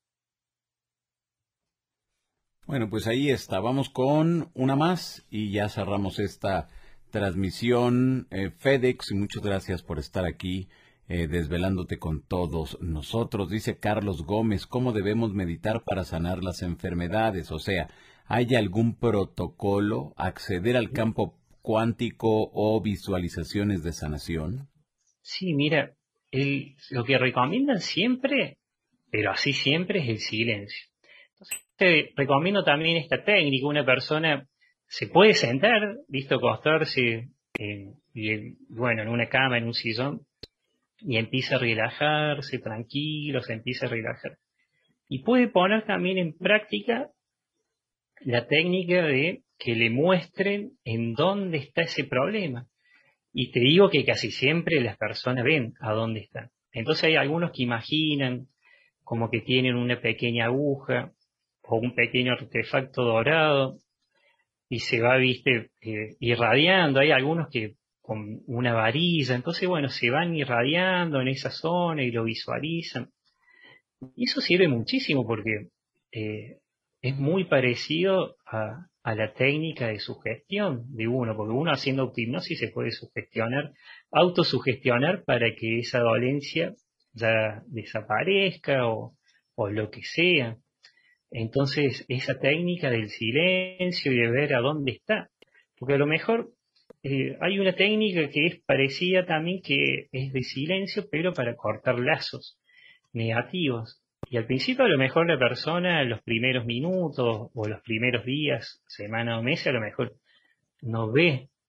Bueno, pues ahí está. Vamos con una más y ya cerramos esta transmisión. Eh, FedEx, y muchas gracias por estar aquí eh, desvelándote con todos nosotros. Dice Carlos Gómez, ¿cómo debemos meditar para sanar las enfermedades? O sea, ¿hay algún protocolo, acceder al campo cuántico o visualizaciones de sanación? Sí, mira, el- lo que recomiendan siempre, pero así siempre, es el silencio. Te recomiendo también esta técnica. Una persona se puede sentar, listo, acostarse, eh, y, en- bueno, en una cama, en un sillón, y empieza a relajarse tranquilo, se empieza a relajar. Y puede poner también en práctica la técnica de que le muestren en dónde está ese problema. Y te digo que casi siempre las personas ven a dónde está. Entonces hay algunos que imaginan como que tienen una pequeña aguja o un pequeño artefacto dorado y se va, viste, eh, irradiando. Hay algunos que con una varilla, entonces, bueno, se van irradiando en esa zona y lo visualizan. Y eso sirve muchísimo porque eh, es muy parecido a, a la técnica de sugestión de uno, porque uno haciendo autohipnosis se puede sugestionar, autosugestionar para que esa dolencia ya desaparezca o, o lo que sea. Entonces, esa técnica del silencio y de ver a dónde está, porque a lo mejor eh, hay una técnica que es parecida también, que es de silencio, pero para cortar lazos negativos. Y al principio a lo mejor la persona, los primeros minutos o los primeros días, semana o meses, a lo mejor no ve,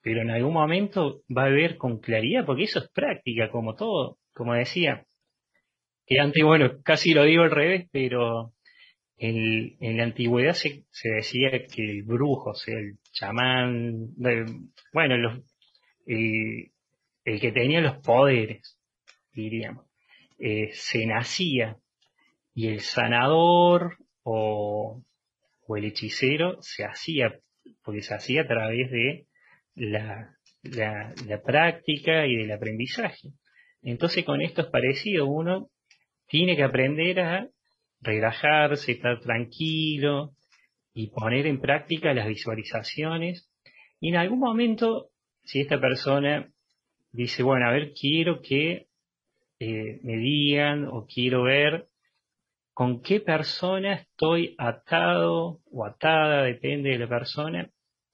pero en algún momento va a ver con claridad, porque eso es práctica, como todo, como decía, que antes, bueno, casi lo digo al revés, pero en, en la antigüedad se, se decía que el brujo, o sea, el chamán, eh, bueno, los, el, el que tenía los poderes, diríamos, eh, se nacía, y el sanador o, o el hechicero se hacía, porque se hacía a través de la, la, la práctica y del aprendizaje. Entonces con esto es parecido, uno tiene que aprender a relajarse, estar tranquilo y poner en práctica las visualizaciones. Y en algún momento, si esta persona dice, bueno, a ver, quiero que eh, me digan o quiero ver con qué persona estoy atado o atada, depende de la persona,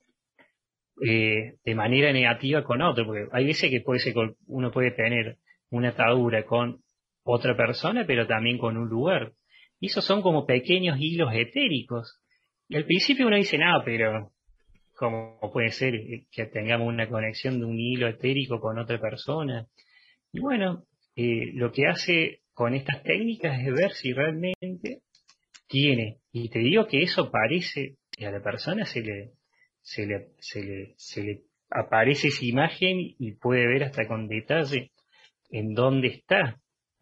eh, de manera negativa con otro, porque hay veces que puede ser, con- uno puede tener una atadura con otra persona, pero también con un lugar. Y esos son como pequeños hilos etéricos. Y al principio uno dice, no, pero ¿cómo puede ser eh, que tengamos una conexión de un hilo etérico con otra persona? Y bueno, eh, lo que hace con estas técnicas es ver si realmente tiene. Y te digo que eso parece, que a la persona se le, se le, se le, se le aparece esa imagen y puede ver hasta con detalle en dónde está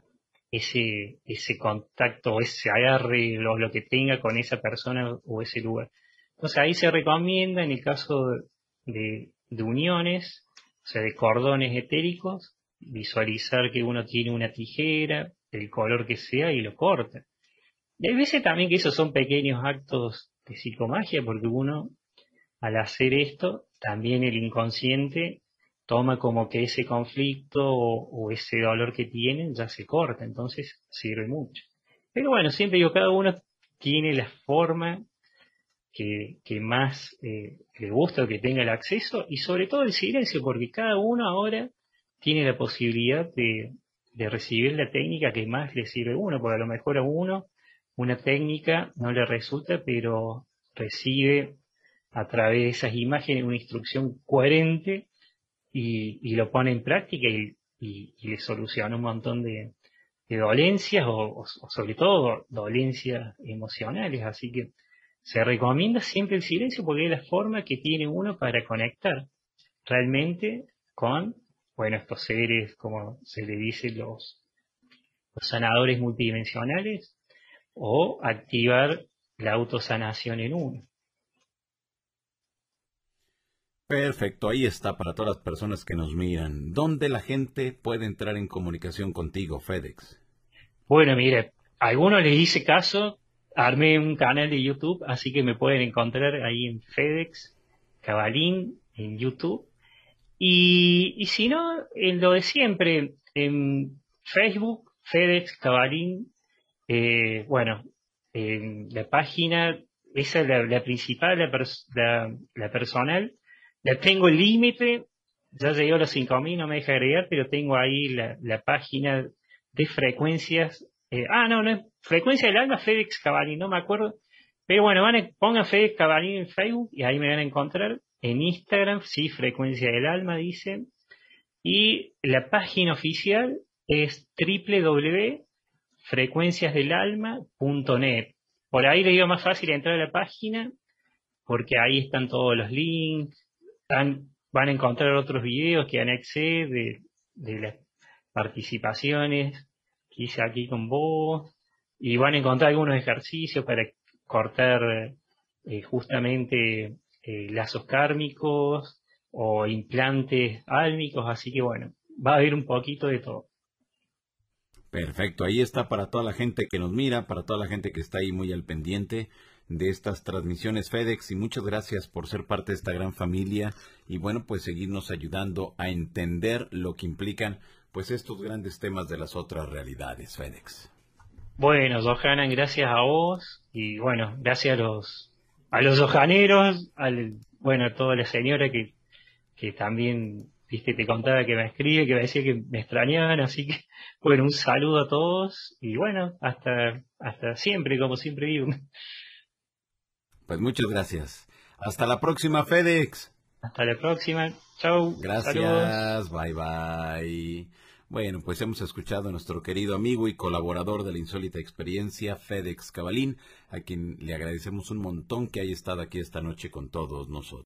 ese, ese contacto o ese agarre, lo, lo que tenga con esa persona o ese lugar. Entonces ahí se recomienda en el caso de, de uniones, o sea, de cordones etéricos, visualizar que uno tiene una tijera, del color que sea, y lo corta. Y hay veces también que esos son pequeños actos de psicomagia, porque uno, al hacer esto, también el inconsciente toma como que ese conflicto o, o ese dolor que tienen ya se corta, entonces sirve mucho. Pero bueno, siempre digo, cada uno tiene la forma que, que más eh, le gusta o que tenga el acceso, y sobre todo el silencio, porque cada uno ahora tiene la posibilidad de, de recibir la técnica que más le sirve a uno, porque a lo mejor a uno una técnica no le resulta, pero recibe a través de esas imágenes una instrucción coherente y, y lo pone en práctica y, y- y le soluciona un montón de, de dolencias o, o- o sobre todo dolencias emocionales. Así que se recomienda siempre el silencio porque es la forma que tiene uno para conectar realmente con, bueno, estos seres, como se le dice, los, los sanadores multidimensionales, o activar la autosanación en uno. Perfecto, ahí está para todas las personas que nos miran. ¿Dónde la gente puede entrar en comunicación contigo, Fedex? Bueno, mire, a algunos les hice caso, armé un canal de YouTube, así que me pueden encontrar ahí en FedEx Cabalín en YouTube. Y, y si no, en lo de siempre, en Facebook, FedEx Cabalín, eh, bueno, en la página, esa es la, la principal, la, pers- la, la personal, la tengo el límite, ya llegué a los cinco mil, no me deja agregar, pero tengo ahí la, la página de frecuencias, eh, ah, no, no es frecuencia del alma, FedEx Cabalín, no me acuerdo, pero bueno, van a, pongan FedEx Cabalín en Facebook y ahí me van a encontrar. En Instagram, sí, frecuencia del alma, dice. Y la página oficial es w w w punto frecuencias del alma punto net. Por ahí le digo más fácil entrar a la página porque ahí están todos los links, están- van a encontrar otros videos que anexé de, de las participaciones que hice aquí con vos, y van a encontrar algunos ejercicios para cortar eh, justamente eh, lazos kármicos o implantes álmicos, así que bueno, va a haber un poquito de todo. Perfecto, ahí está para toda la gente que nos mira, para toda la gente que está ahí muy al pendiente de estas transmisiones FedEx, y muchas gracias por ser parte de esta gran familia y bueno, pues seguirnos ayudando a entender lo que implican pues estos grandes temas de las otras realidades, FedEx. Bueno, Johanan, gracias a vos y bueno, gracias a los a los johaneros, al bueno, a toda la señora que, que también, viste, te contaba que me escribe, que me decía que me extrañaban, así que bueno, un saludo a todos y bueno, hasta hasta siempre, como siempre digo. Pues muchas gracias. Hasta la próxima, FedEx. Hasta la próxima. Chau. Gracias, Saludos. bye bye. Bueno, pues hemos escuchado a nuestro querido amigo y colaborador de la insólita experiencia, Fedex Cabalín, a quien le agradecemos un montón que haya estado aquí esta noche con todos nosotros.